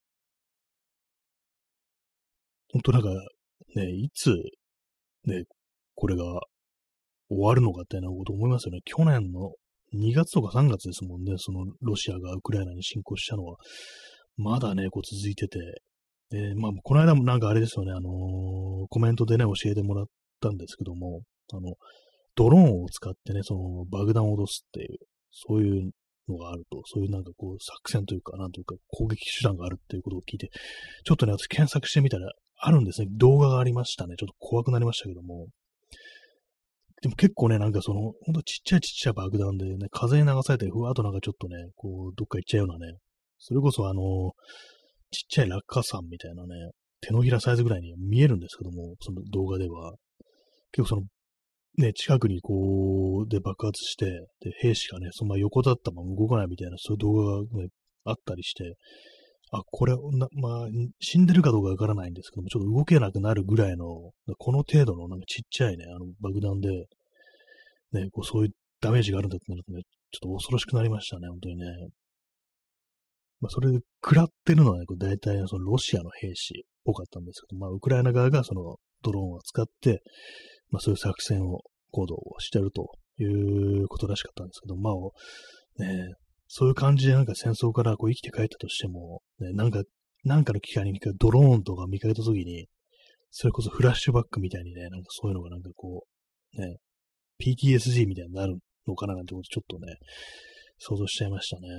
Speaker 1: ほんとなんか、ね、いつ、ね、これが終わるのかっていうようなこと思いますよね。去年のにがつとかさんがつですもんね、そのロシアがウクライナに侵攻したのは。まだね、こう続いてて、で、まあ、この間もなんかあれですよね、あのーコメントでね、教えてもらったんですけども、あの、ドローンを使ってね、その爆弾を落とすっていう、そういうのがあると、そういうなんかこう作戦というか、なんというか攻撃手段があるっていうことを聞いて、ちょっとね、私検索してみたら、あるんですね。動画がありましたね。ちょっと怖くなりましたけども。でも結構ね、なんかその、ほんとちっちゃいちっちゃい爆弾でね、風に流されて、ふわっとなんかちょっとね、こう、どっか行っちゃうようなね、それこそあの、ちっちゃい落下傘みたいなね、手のひらサイズぐらいに見えるんですけども、その動画では。結構その、ね、近くにこう、で爆発して、で、兵士がね、そのまま横だったまま動かないみたいな、そういう動画がね、あったりして、あ、これ、なまあ、死んでるかどうかわからないんですけども、ちょっと動けなくなるぐらいの、この程度のなんかちっちゃいね、あの爆弾で、ね、こうそういうダメージがあるんだってなるとね、ちょっと恐ろしくなりましたね、本当にね。まあ、それで食らってるのはね、こう大体そのロシアの兵士っぽかったんですけど、まあ、ウクライナ側がそのドローンを使って、まあ、そういう作戦を、行動をしてるということらしかったんですけど、まあ、ね、そういう感じでなんか戦争からこう生きて帰ったとしても、ね、なんか、なんかの機会にドローンとか見かけたときに、それこそフラッシュバックみたいにね、なんかそういうのがなんかこう、ね、ピーティーエスディー みたいになるのかななんてことちょっとね、想像しちゃいましたね。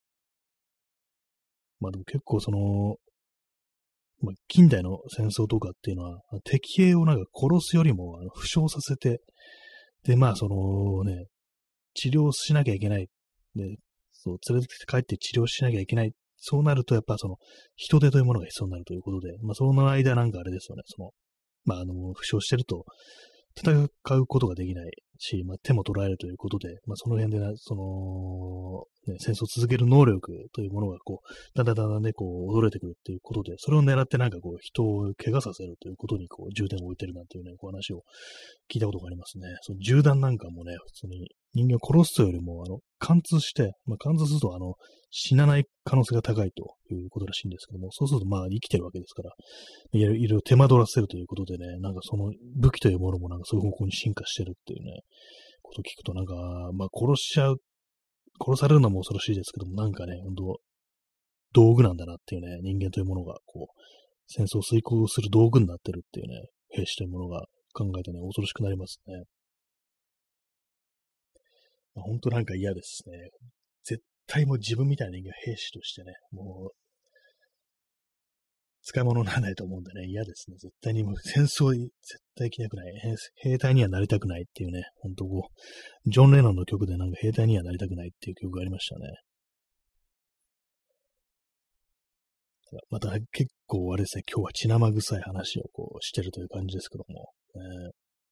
Speaker 1: まあでも結構その、まあ、近代の戦争とかっていうのは、敵兵をなんか殺すよりもあの負傷させて、で、まあそのね、治療しなきゃいけない。で、そう、連れてきて帰って治療しなきゃいけない。そうなると、やっぱその、人手というものが必要になるということで、まあその間なんかあれですよね、その、まああの、負傷してると、戦うことができない。 し、まあ、手も取られるということで、まあ、その辺でな、その、ね、戦争を続ける能力というものが、こう、だんだんだんだんね、こう、衰えてくるっていうことで、それを狙ってなんかこう、人を怪我させるということに、こう、重点を置いてるなんていうね、こう話を聞いたことがありますね。その銃弾なんかもね、普通に人間を殺すというよりも、あの、貫通して、まあ、貫通すると、あの、死なない可能性が高いということらしいんですけども、そうすると、まあ、生きてるわけですから、いろいろ手間取らせるということでね、なんかその武器というものもなんかそういう方向に進化してるっていうね、ことを聞くとなんか、まあ殺しちゃう、殺されるのも恐ろしいですけども、なんかね、本当道具なんだなっていうね、人間というものが、こう、戦争を遂行する道具になってるっていうね、兵士というものが考えてね、恐ろしくなりますね。まあ、本当なんか嫌ですね。絶対もう自分みたいな人間が兵士としてね、もう使い物にならないと思うんでね、嫌ですね。絶対にもう戦争に絶対行きたくない。兵隊にはなりたくないっていうね、ほんとこう、ジョン・レノンの曲でなんか兵隊にはなりたくないっていう曲がありましたね。また結構あれですね、今日は血生臭い話をこうしてるという感じですけども。ね、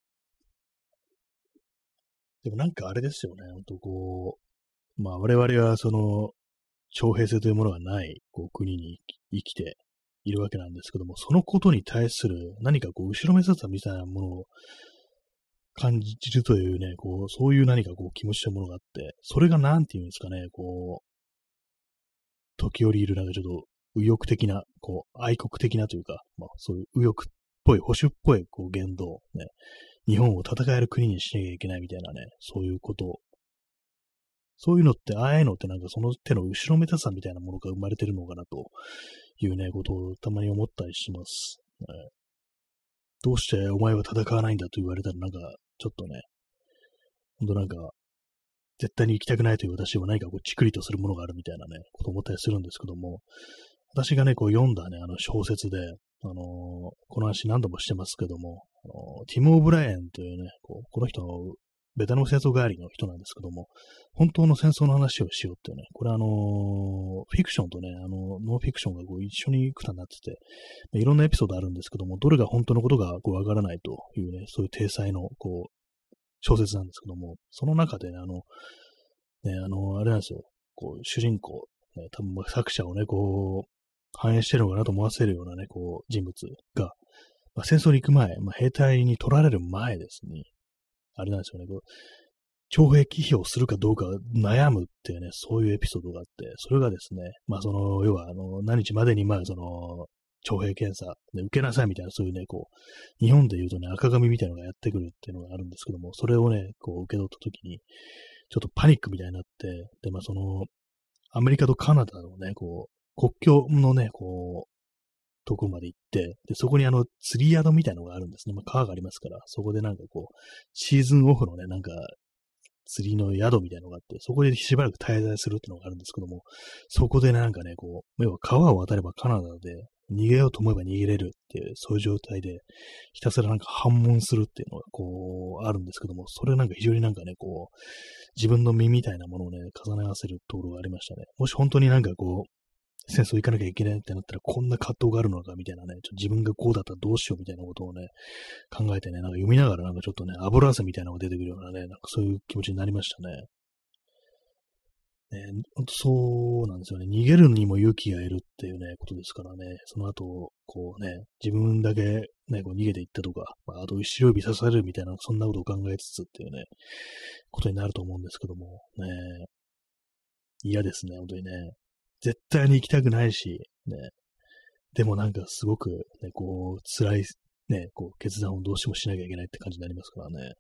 Speaker 1: でもなんかあれですよね、ほんとこう、まあ我々はその、徴兵制というものがないこう国に生きているわけなんですけども、そのことに対する何かこう、後ろめたさみたいなものを感じるというね、こう、そういう何かこう、気持ちというものがあって、それがなんていうんですかね、こう、時折いるなんかちょっと右翼的な、こう、愛国的なというか、まあそういう右翼っぽい、保守っぽいこう言動、ね、日本を戦える国にしなきゃいけないみたいなね、そういうことそういうのって、ああいうのってなんかその手の後ろめたさみたいなものが生まれてるのかなというね、ことをたまに思ったりします。ね、どうしてお前は戦わないんだと言われたらなんか、ちょっとね、ほんとなんか、絶対に行きたくないという私は何かこう、チクリとするものがあるみたいなね、ことを思ったりするんですけども、私がね、こう読んだね、あの小説で、あのーこの話何度もしてますけども、あのーティム・オブライエンというね、こうこの人のベトナム戦争帰りの人なんですけども、本当の戦争の話をしようっていうね、これあのーフィクションとね、あのノンフィクションがこう一緒にくたになってて、いろんなエピソードあるんですけども、どれが本当のことがこうわからないというね、そういう体裁のこう小説なんですけども、その中でね、あの、ね、あの、あれなんですよ、こう、主人公、ね、多分作者をね、こう、反映してるのかなと思わせるようなね、こう、人物が、まあ、戦争に行く前、まあ、兵隊に取られる前ですね、あれなんですよね、こう、徴兵忌避をするかどうか悩むっていうね、そういうエピソードがあって、それがですね、まあその、要は、あの、何日までに、まあその、徴兵検査で受けなさいみたいな、そういうね、こう、日本で言うとね、赤紙みたいなのがやってくるっていうのがあるんですけども、それをね、こう受け取った時に、ちょっとパニックみたいになって、で、まあその、アメリカとカナダのね、こう、国境のね、こう、とこまで行って、で、そこにあの、釣り宿みたいなのがあるんですね。まあ川がありますから、そこでなんかこう、シーズンオフのね、なんか、釣りの宿みたいなのがあって、そこでしばらく滞在するっていうのがあるんですけども、そこでね、なんかね、こう、要は川を渡ればカナダで、逃げようと思えば逃げれるっていう、そういう状態で、ひたすらなんか反問するっていうのが、こう、あるんですけども、それなんか非常になんかね、こう、自分の身みたいなものをね、重ね合わせるところがありましたね。もし本当になんかこう、戦争行かなきゃいけないってなったら、こんな葛藤があるのかみたいなね、ちょっと自分がこうだったらどうしようみたいなことをね、考えてね、なんか読みながらなんかちょっとね、油汗みたいなのが出てくるようなね、なんかそういう気持ちになりましたね。ね、ほんとそうなんですよね。逃げるにも勇気がいるっていうね、ことですからね、その後、こうね、自分だけね、こう逃げていったとか、まあ、あと後ろ指刺されるみたいな、そんなことを考えつつっていうね、ことになると思うんですけども、ね、嫌ですね、本当にね。絶対に行きたくないし、ね、でもなんかすごくね、こう、辛い、ね、こう、決断をどうしてもしなきゃいけないって感じになりますからね。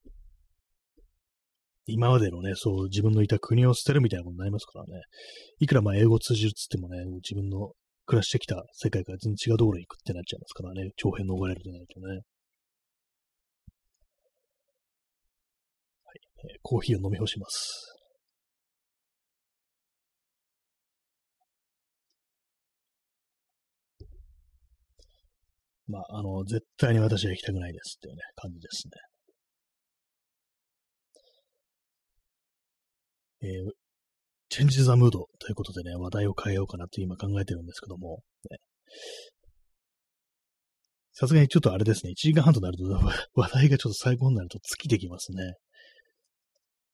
Speaker 1: 今までのね、そう、自分のいた国を捨てるみたいなことになりますからね。いくらまあ英語通じるっつってもね、自分の暮らしてきた世界から全然違うところに行くってなっちゃいますからね。長編逃れるとなるとね。はい。えーコーヒーを飲み干します。まあ、あの、絶対に私は行きたくないですっていうね、感じですね。えー、チェンジザムードということでね、話題を変えようかなって今考えてるんですけども、ね、さすがにちょっとあれですね、いちじかんはんとなると話題がちょっと最高になると尽きてきますね。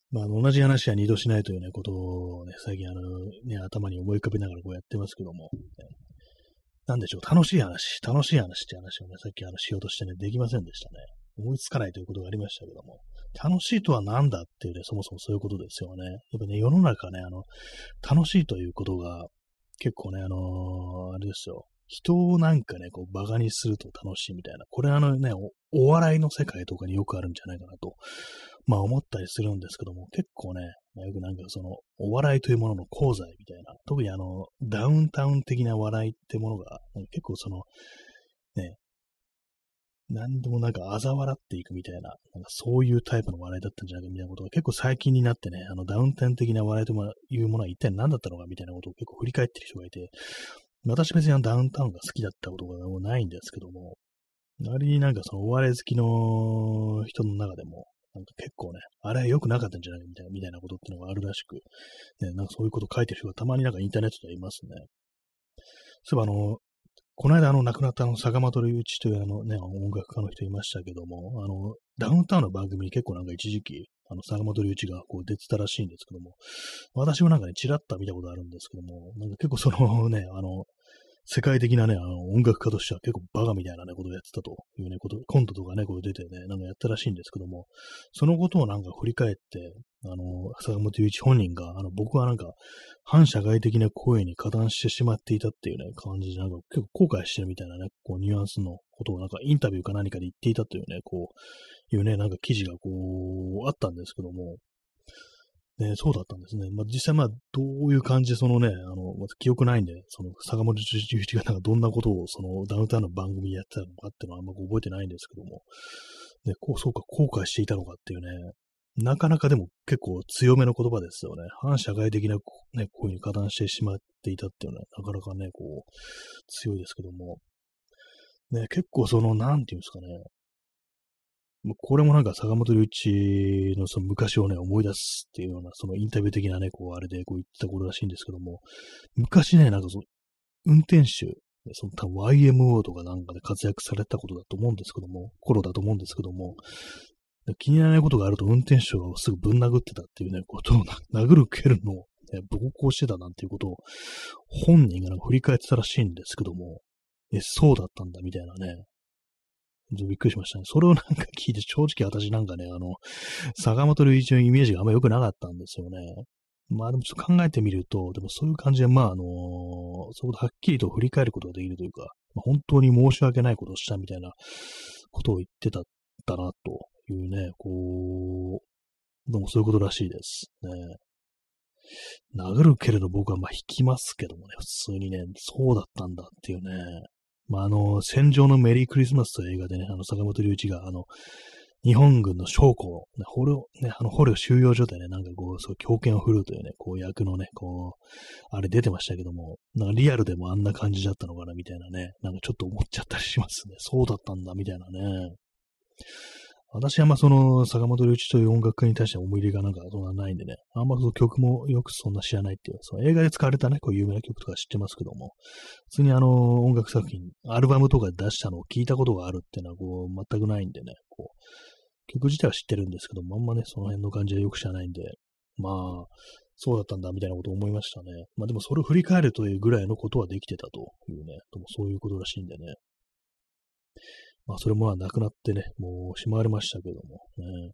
Speaker 1: まあ、あの同じ話は二度しないというね、ことをね、最近あの、ね、頭に思い浮かべながらこうやってますけども、ね、なんでしょう、楽しい話、楽しい話って話をね、さっきあの、しようとしてね、できませんでしたね。思いつかないということがありましたけども、楽しいとは何だっていうね、そもそもそういうことですよね。やっぱね、世の中ね、あの、楽しいということが、結構ね、あのーあれですよ。人をなんかね、こう、馬鹿にすると楽しいみたいな。これあのねお、お笑いの世界とかによくあるんじゃないかなと、まあ思ったりするんですけども、結構ね、まあ、よくなんかその、お笑いというものの功罪みたいな、特にあの、ダウンタウン的な笑いってものが、なんか結構その、ね、なんでもなんか嘲笑っていくみたいな、なんかそういうタイプの笑いだったんじゃないかみたいなことが結構最近になってね、あのダウンタウン的な笑いというものは一体何だったのかみたいなことを結構振り返ってる人がいて、私別にあのダウンタウンが好きだったことがもうないんですけども、割になんかそのお笑い好きの人の中でも、なんか結構ね、あれは良くなかったんじゃないかみたいな、みたいなことっていうのがあるらしく、ね、なんかそういうこと書いてる人がたまになんかインターネットでいますね。そういえばあの、この間あの亡くなったあの坂本龍一というあのね、音楽家の人いましたけども、あの、ダウンタウンの番組に結構なんか一時期、あの、坂本龍一がこう出てたらしいんですけども、私もなんかね、ちらっと見たことあるんですけども、なんか結構そのね、あの、世界的なね、あの、音楽家としては結構バカみたいなね、ことをやってたというね、こと、コントとかね、こう出てね、なんかやったらしいんですけども、そのことをなんか振り返って、あの、坂本龍一本人が、あの、僕はなんか、反社会的な声に加担してしまっていたっていうね、感じで、なんか結構後悔してるみたいなね、こう、ニュアンスのことをなんかインタビューか何かで言っていたというね、こう、いうね、なんか記事がこう、あったんですけども、ね、そうだったんですね。まあ、実際まあ、どういう感じで、そのね、あの、まず記憶ないんで、その、坂本龍一がなんかどんなことを、その、ダウンタウンの番組でやってたのかっていうのはあんま覚えてないんですけども、ね、こう、そうか、後悔していたのかっていうね、なかなかでも結構強めの言葉ですよね。反社会的な、ね、声に加担してしまっていたっていうのは、なかなかね、こう、強いですけども、ね、結構その、なんていうんですかね、もうこれもなんか坂本龍一のその昔をね、思い出すっていうような、そのインタビュー的なね、こう、あれでこう言ってたことらしいんですけども、昔ね、なんかその、運転手、その多分 ワイエムオー とかなんかで活躍されたことだと思うんですけども、頃だと思うんですけども、気にならないことがあると運転手をすぐぶん殴ってたっていうね、ことを殴る蹴るのを、ね、暴行してたなんていうことを本人がなんか振り返ってたらしいんですけども、え、そうだったんだみたいなね、ちょっとびっくりしましたね。それをなんか聞いて、正直私なんかね、あの、坂本龍一のイメージがあんま良くなかったんですよね。まあでもちょっと考えてみると、でもそういう感じで、まああのそこではっきりと振り返ることができるというか、まあ、本当に申し訳ないことをしたみたいなことを言ってた、だな、というね、こう、でもそういうことらしいですね。殴るけれど僕はまあ引きますけどもね、普通にね、そうだったんだっていうね。まあ、あの、戦場のメリークリスマスという映画でね、あの、坂本龍一が、あの、日本軍の将校、ね、捕虜、ね、あの、捕虜収容所でね、なんかこう、そう、強権を振るうというね、こう、役のね、こう、あれ出てましたけども、なんかリアルでもあんな感じだったのかな、みたいなね、なんかちょっと思っちゃったりしますね。そうだったんだ、みたいなね。私はまあその坂本龍一という音楽家に対して思い入れがなんかそんなないんでね、あんまその曲もよくそんな知らないっていう、その映画で使われたね、こう有名な曲とか知ってますけども、普通にあの音楽作品、アルバムとかで出したのを聞いたことがあるっていうのはこう全くないんでね、こう曲自体は知ってるんですけども、あんまね、その辺の感じはよく知らないんで、まあ、そうだったんだみたいなことを思いましたね。まあでもそれを振り返るというぐらいのことはできてたというね、ともそういうことらしいんでね。まあ、それもまあなくなってね、もうしまわれましたけども、ね。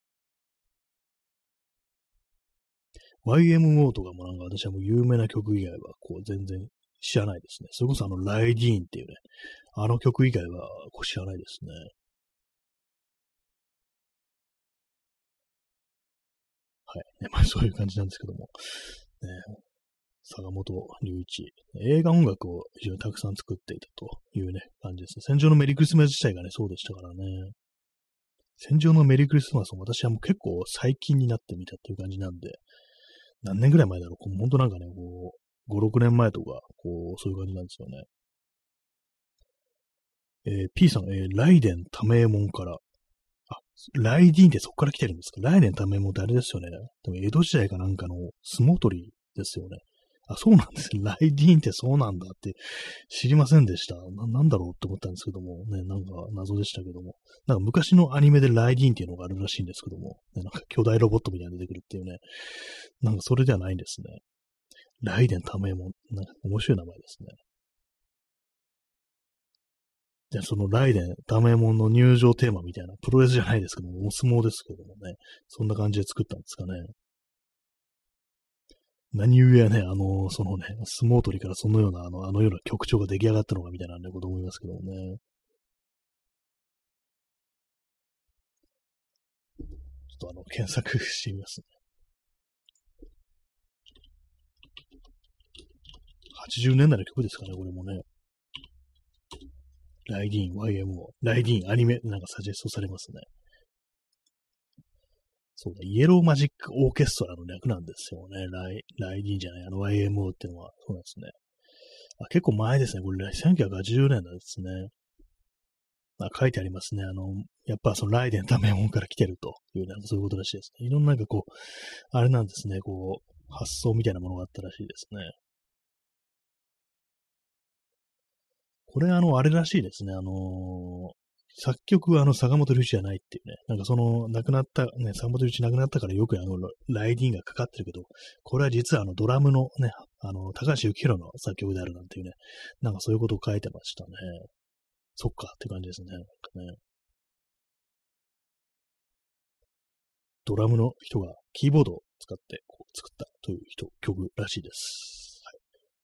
Speaker 1: ワイエムオー とかもなんか私はもう有名な曲以外はこう全然知らないですね。それこそあのライディーンっていうね、あの曲以外はこう知らないですね。はい。ね、まあそういう感じなんですけども。ね、坂本龍一。映画音楽を非常にたくさん作っていたというね、感じですね。戦場のメリークリスマス自体がね、そうでしたからね。戦場のメリークリスマスも私はもう結構最近になってみたっていう感じなんで、何年ぐらい前だろう、こう本当なんかね、こう、ご、ろくねんまえとか、こう、そういう感じなんですよね。えー、P さん、えー、ライデン多名門から、あ、ライディーンってそこから来てるんですか？ライデン多名門ってあれですよね。でも江戸時代かなんかの相撲取りですよね。 あ、そうなんですね。ライディーンってそうなんだって知りませんでした。な、なんだろうって思ったんですけども、ね、なんか謎でしたけども。なんか昔のアニメでライディーンっていうのがあるらしいんですけども、ね、なんか巨大ロボットみたいなの出てくるっていうね、なんかそれではないんですね。ライデンタメモン、なんか面白い名前ですね。じゃあそのライデン、ダメモンの入場テーマみたいな、プロレスじゃないですけども、お相撲ですけどもね、そんな感じで作ったんですかね。何故やね、あの、そのね、相撲取りからそのような、あの、あのような曲調が出来上がったのかみたいなね、こと思いますけどもね。ちょっとあの、検索してみますね。はちじゅうねんだいの曲ですかね、これもね。ライディーン、ワイエムオー。ライディーン、アニメ、なんかサジェストされますね。そうだ、イエローマジックオーケストラの略なんですよね。ライ、ライディーンじゃない、あの ワイエムオー っていうのは。そうなんですね。あ、結構前ですね。これ、せんきゅうひゃくはちじゅうねんなんですね。あ、書いてありますね。あの、やっぱそのライデンタメモンから来てるという、なんかそういうことらしいですね。いろんななんかこう、あれなんですね。こう、発想みたいなものがあったらしいですね。これあの、あれらしいですね。あのー作曲はあの、坂本龍一じゃないっていうね。なんかその、亡くなった、ね、坂本龍一亡くなったからよくあの、ライディーンがかかってるけど、これは実はあの、ドラムのね、あの、高橋幸宏の作曲であるなんていうね、なんかそういうことを書いてましたね。そっかって感じですね。なんかね、ドラムの人がキーボードを使ってこう作ったという人、曲らしいです。はい。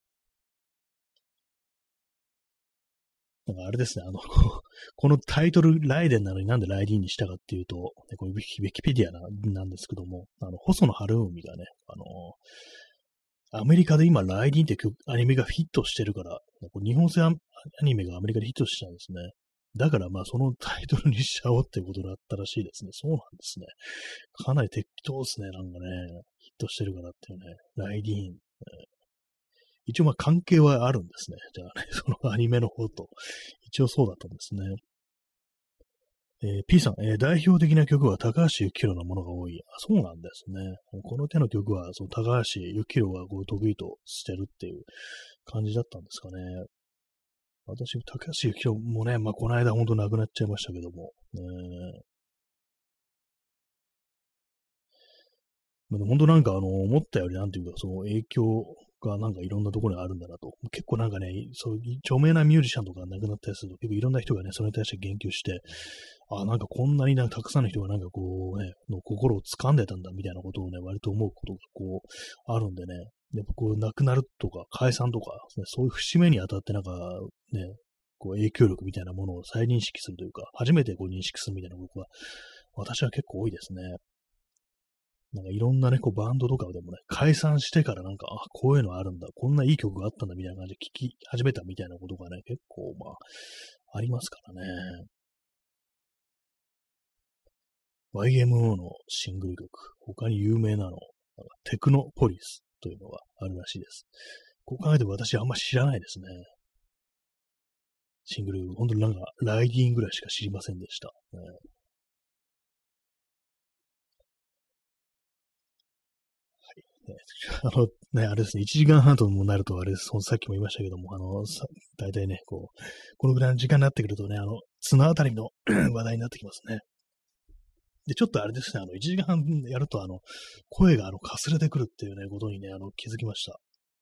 Speaker 1: なんかあれですね、あの、このタイトル、ライデンなのになんでライディーンにしたかっていうと、ね、これウィキウィキペディアななんですけども、あの、細野晴臣がね、あの、アメリカで今、ライディーンって曲、アニメがヒットしてるから、こう日本製アニメがアメリカでヒットしたんですね。だからまあそのタイトルにしちゃおうってことだったらしいですね。そうなんですね。かなり適当ですね。なんかね、ヒットしてるからっていうね、ライディーン。一応まあ関係はあるんですね。じゃあね、そのアニメの方と。一応そうだったんですね。えー、P さん、えー代表的な曲は高橋幸宏のものが多い。あ、そうなんですね。この手の曲は、その高橋幸宏がこう得意としてるっていう感じだったんですかね。私、高橋幸宏もね、まあ、この間本当亡くなっちゃいましたけども、ね、まあ、本当なんかあの、思ったよりなんていうか、その影響がなんかいろんなところにあるんだなと。結構なんかね、そういう著名なミュージシャンとか亡くなったりすると、結構いろんな人がね、それに対して言及して、あ、なんかこんなになんかたくさんの人がなんかこうね、の心を掴んでたんだみたいなことをね、割と思うことがこう、あるんでね、やっぱこう、亡くなるとか解散とか、ね、そういう節目にあたってなんかね、こう影響力みたいなものを再認識するというか、初めてこう認識するみたいなことが、私は結構多いですね。なんかいろんなね、こうバンドとかでもね、解散してからなんか、あ、こういうのあるんだ、こんないい曲があったんだみたいな感じで聞き始めたみたいなことがね、結構まあ、ありますからね。ワイエムオー のシングル曲、他に有名なの、なんかテクノポリスというのがあるらしいです。こう考えても私あんま知らないですね。シングル、本当になんか、ライディーンぐらいしか知りませんでした。ね、ね、あの、ね、あれですね、いちじかんはんともなると、あれです、そのさっきも言いましたけども、あの、さ大体ね、こう、このぐらいの時間になってくるとね、あの、綱あたりの話題になってきますね。で、ちょっとあれですね、あの、いちじかんはんやると、あの、声が、あの、かすれてくるっていうね、ことにね、あの、気づきました。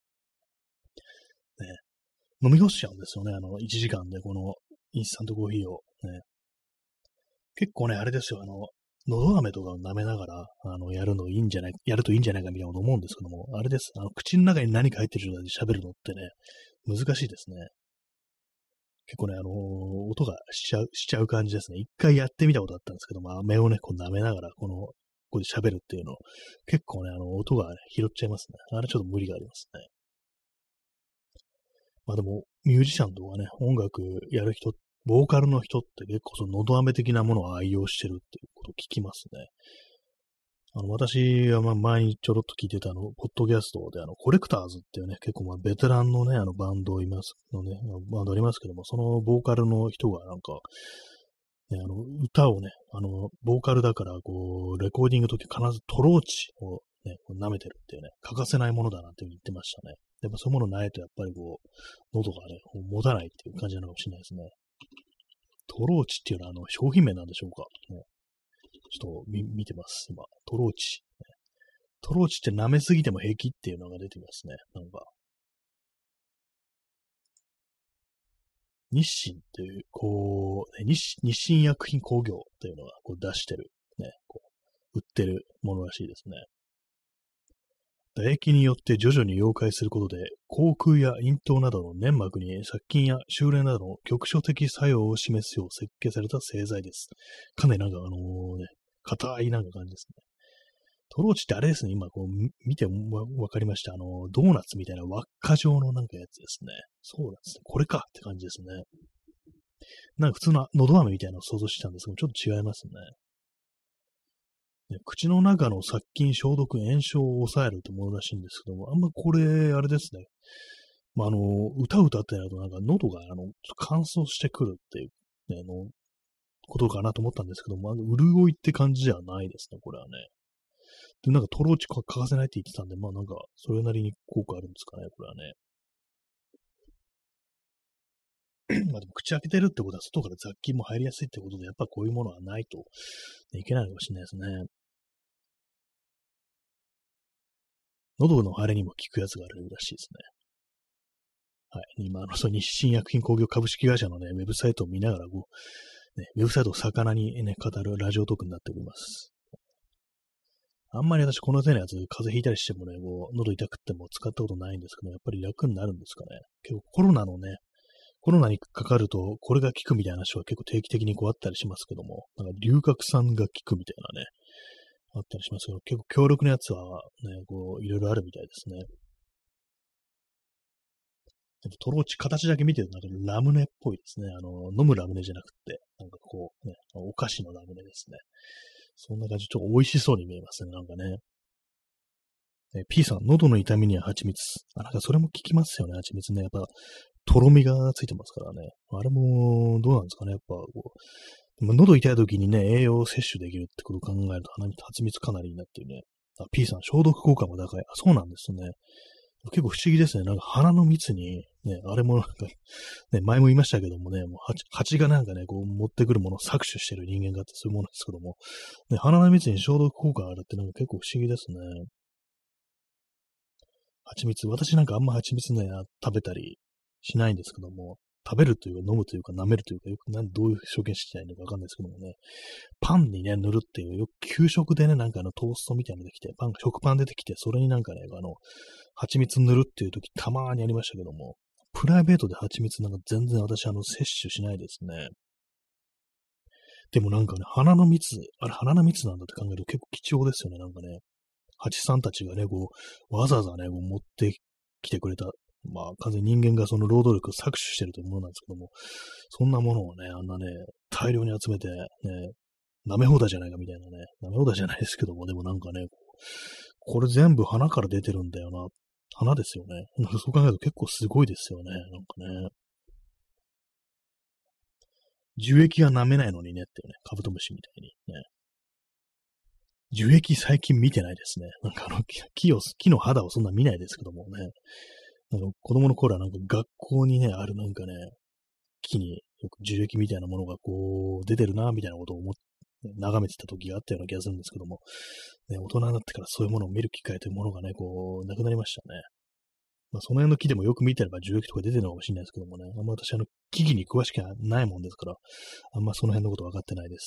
Speaker 1: ね、飲み干しちゃうんですよね、あの、いちじかんで、この、インスタントコーヒーを。ね、結構ね、あれですよ、あの、のど飴とかを舐めながら、あの、やるのいいんじゃない、やるといいんじゃないかみたいなこと思うんですけども、あれです。あの、口の中に何か入ってる状態で喋るのってね、難しいですね。結構ね、あのー音がしちゃう、しちゃう感じですね。一回やってみたことあったんですけども、飴をね、こう舐めながら、この、ここで喋るっていうの、結構ね、あの、音が、ね、拾っちゃいますね。あれちょっと無理がありますね。まあでも、ミュージシャンとかね、音楽やる人、ボーカルの人って結構その、のど飴的なものを愛用してるっていうことを聞きますね。あの、私はまあ前にちょろっと聞いてたあの、ポッドキャストであの、コレクターズっていうね、結構まあベテランのね、あのバンドいますのね、バンドありますけども、そのボーカルの人がなんか、ね、あの、歌をね、あの、ボーカルだから、こう、レコーディングの時必ずトローチをね、こう舐めてるっていうね、欠かせないものだなっていうふうに言ってましたね。やっぱそういうものないと、やっぱりこう、喉がね、こう持たないっていう感じなのかもしれないですね。トローチっていうのは、あの、商品名なんでしょうか。ね、ちょっと見見てます、今。トローチ、ね。トローチって舐めすぎても平気っていうのが出てますね。なんか。日清っていう、こう、ね、日日清薬品工業っていうのがこう出してる、ね、こう、売ってるものらしいですね。唾液によって徐々に溶解することで、口腔や咽頭などの粘膜に殺菌や修練などの局所的作用を示すよう設計された製剤です。かなりなんかあのね、硬いなんか感じですね。トローチってあれですね、今こう見てわわかりました。あの、ドーナツみたいな輪っか状のなんかやつですね。そうなんですね。これかって感じですね。なんか普通ののど飴みたいなのを想像してたんですけど、ちょっと違いますね。ね、口の中の殺菌、消毒、炎症を抑えるってものらしいんですけども、あんまこれ、あれですね。まあ、あの、歌歌ってなるとなんか喉があの乾燥してくるっていう、ね、あの、ことかなと思ったんですけども、あの潤いって感じではないですね、これはね。で、なんかトローチ欠かせないって言ってたんで、まあなんか、それなりに効果あるんですかね、これはね。まあでも口開けてるってことは外から雑菌も入りやすいってことで、やっぱこういうものはないと、ね、いけないのかもしれないですね。喉の腫れにも効くやつがあるらしいですね。はい。今、あの、その日清薬品工業株式会社のね、ウェブサイトを見ながら、こう、ね、ウェブサイトを魚にね、語るラジオトークになっております。あんまり私この手のやつ、風邪ひいたりしてもね、こう、喉痛くっても使ったことないんですけど、やっぱり楽になるんですかね。結構コロナのね、コロナにかかると、これが効くみたいな話は結構定期的にこうあったりしますけども、なんか龍角散が効くみたいなね、あったりしますけど、結構強力なやつはね、こう、いろいろあるみたいですね。トローチ、形だけ見てるとなんかラムネっぽいですね。あの、飲むラムネじゃなくて、なんかこう、ね、お菓子のラムネですね。そんな感じ、ちょっと美味しそうに見えますね、なんかね。え P さん、喉の痛みには蜂蜜。あ、なんかそれも効きますよね、蜂蜜ね。やっぱ、とろみがついてますからね。あれも、どうなんですかね、やっぱ、こう、まあ喉痛い時にね、栄養を摂取できるってことを考えると、蜂蜜かなりいいなっていうね。あ、P さん、消毒効果も高い。あ、そうなんですね。結構不思議ですね。なんか鼻の蜜に、ね、あれもなんか、ね、前も言いましたけどもね、もう蜂蜂がなんかね、こう持ってくるものを搾取してる人間があってそういうものですけども、ね、鼻の蜜に消毒効果があるってなんか結構不思議ですね。蜂蜜、私なんかあんま蜂蜜ね、食べたりしないんですけども、食べるというか飲むというか舐めるというか、よくなんどういう表現してないのかわかんないですけどもね、パンにね、塗るっていう、よく給食でね、なんかあのトーストみたいなのできて、パン、食パン出てきて、それになんかね、あの、蜂蜜塗るっていう時たまーにありましたけども、プライベートで蜂蜜なんか全然私あの、摂取しないですね。でもなんかね、花の蜜、あれ花の蜜なんだって考えると結構貴重ですよね、なんかね。蜂さんたちがね、こう、わざわざね、こう持ってきてくれた、まあ、完全に人間がその労働力を搾取してるというものなんですけども、そんなものをね、あんなね、大量に集めて、ね、舐め放題じゃないかみたいなね、舐め放題じゃないですけども、でもなんかね、これ全部花から出てるんだよな。花ですよね。そう考えると結構すごいですよね。なんかね。樹液が舐めないのにねっていうね、カブトムシみたいにね。樹液最近見てないですね。なんかあの、木を、木の肌をそんな見ないですけどもね。なんか子供の頃はなんか学校にね、あるなんかね、木によく樹液みたいなものがこう出てるな、みたいなことを思って、眺めてた時があったような気がするんですけども、ね、大人になってからそういうものを見る機会というものがね、こう、なくなりましたね。まあ、その辺の木でもよく見てれば樹液とか出てるのかもしれないですけどもね、あんま私あの、木々に詳しくないもんですから、あんまその辺のこと分かってないです。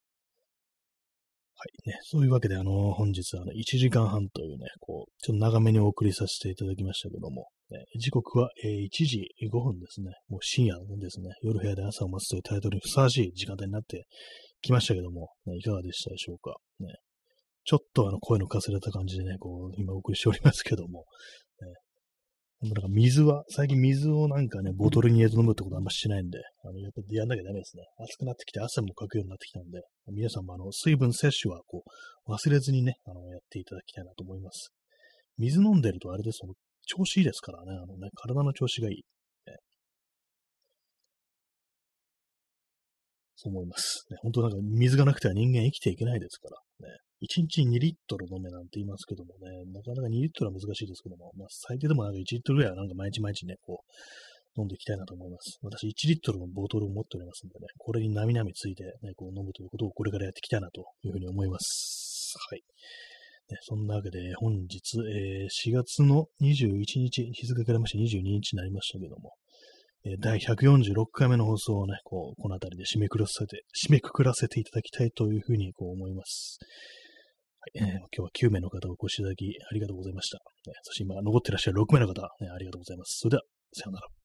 Speaker 1: はいね。そういうわけで、あの、本日はあのいちじかんはんというね、こう、ちょっと長めにお送りさせていただきましたけども、ね、時刻は、えーいちじごふんですね。もう深夜ですね。夜部屋で朝を待つというタイトルにふさわしい時間帯になってきましたけども、ね、いかがでしたでしょうか。ね、ちょっとあの声のかすれた感じでね、こう、今お送りしておりますけども、ね、なんか水は、最近水をなんかね、ボトルに入れて飲むってことあんましないんで、あの、やっぱやんなきゃダメですね。暑くなってきて汗もかくようになってきたんで、皆さんもあの、水分摂取はこう、忘れずにね、あの、やっていただきたいなと思います。水飲んでるとあれですよ、調子いいですからね、あのね、体の調子がいい。ねそう思います。ね、本当なんか水がなくては人間生きていけないですからね。いちにちにリットル飲めなんて言いますけどもね、なかなかにリットルは難しいですけども、まあ最低でもなんかいちリットルぐらいはなんか毎日毎日ね、こう飲んでいきたいなと思います。私いちリットルのボトルを持っておりますんでね、これになみなみついてね、こう飲むということをこれからやっていきたいなというふうに思います。はい。ね、そんなわけで本日、えー、しがつのにじゅういちにち、日付からましてにじゅうににちになりましたけども、えー、だいひゃくよんじゅうろっかいめの放送をね、こう、この辺りで締めくくらせて、締めくくらせていただきたいというふうにこう思います。はい、えー、今日はきゅうめいの方をお越しいただきありがとうございました。ね、そして今残ってらっしゃるろくめいの方、ね、ありがとうございます。それでは、さようなら。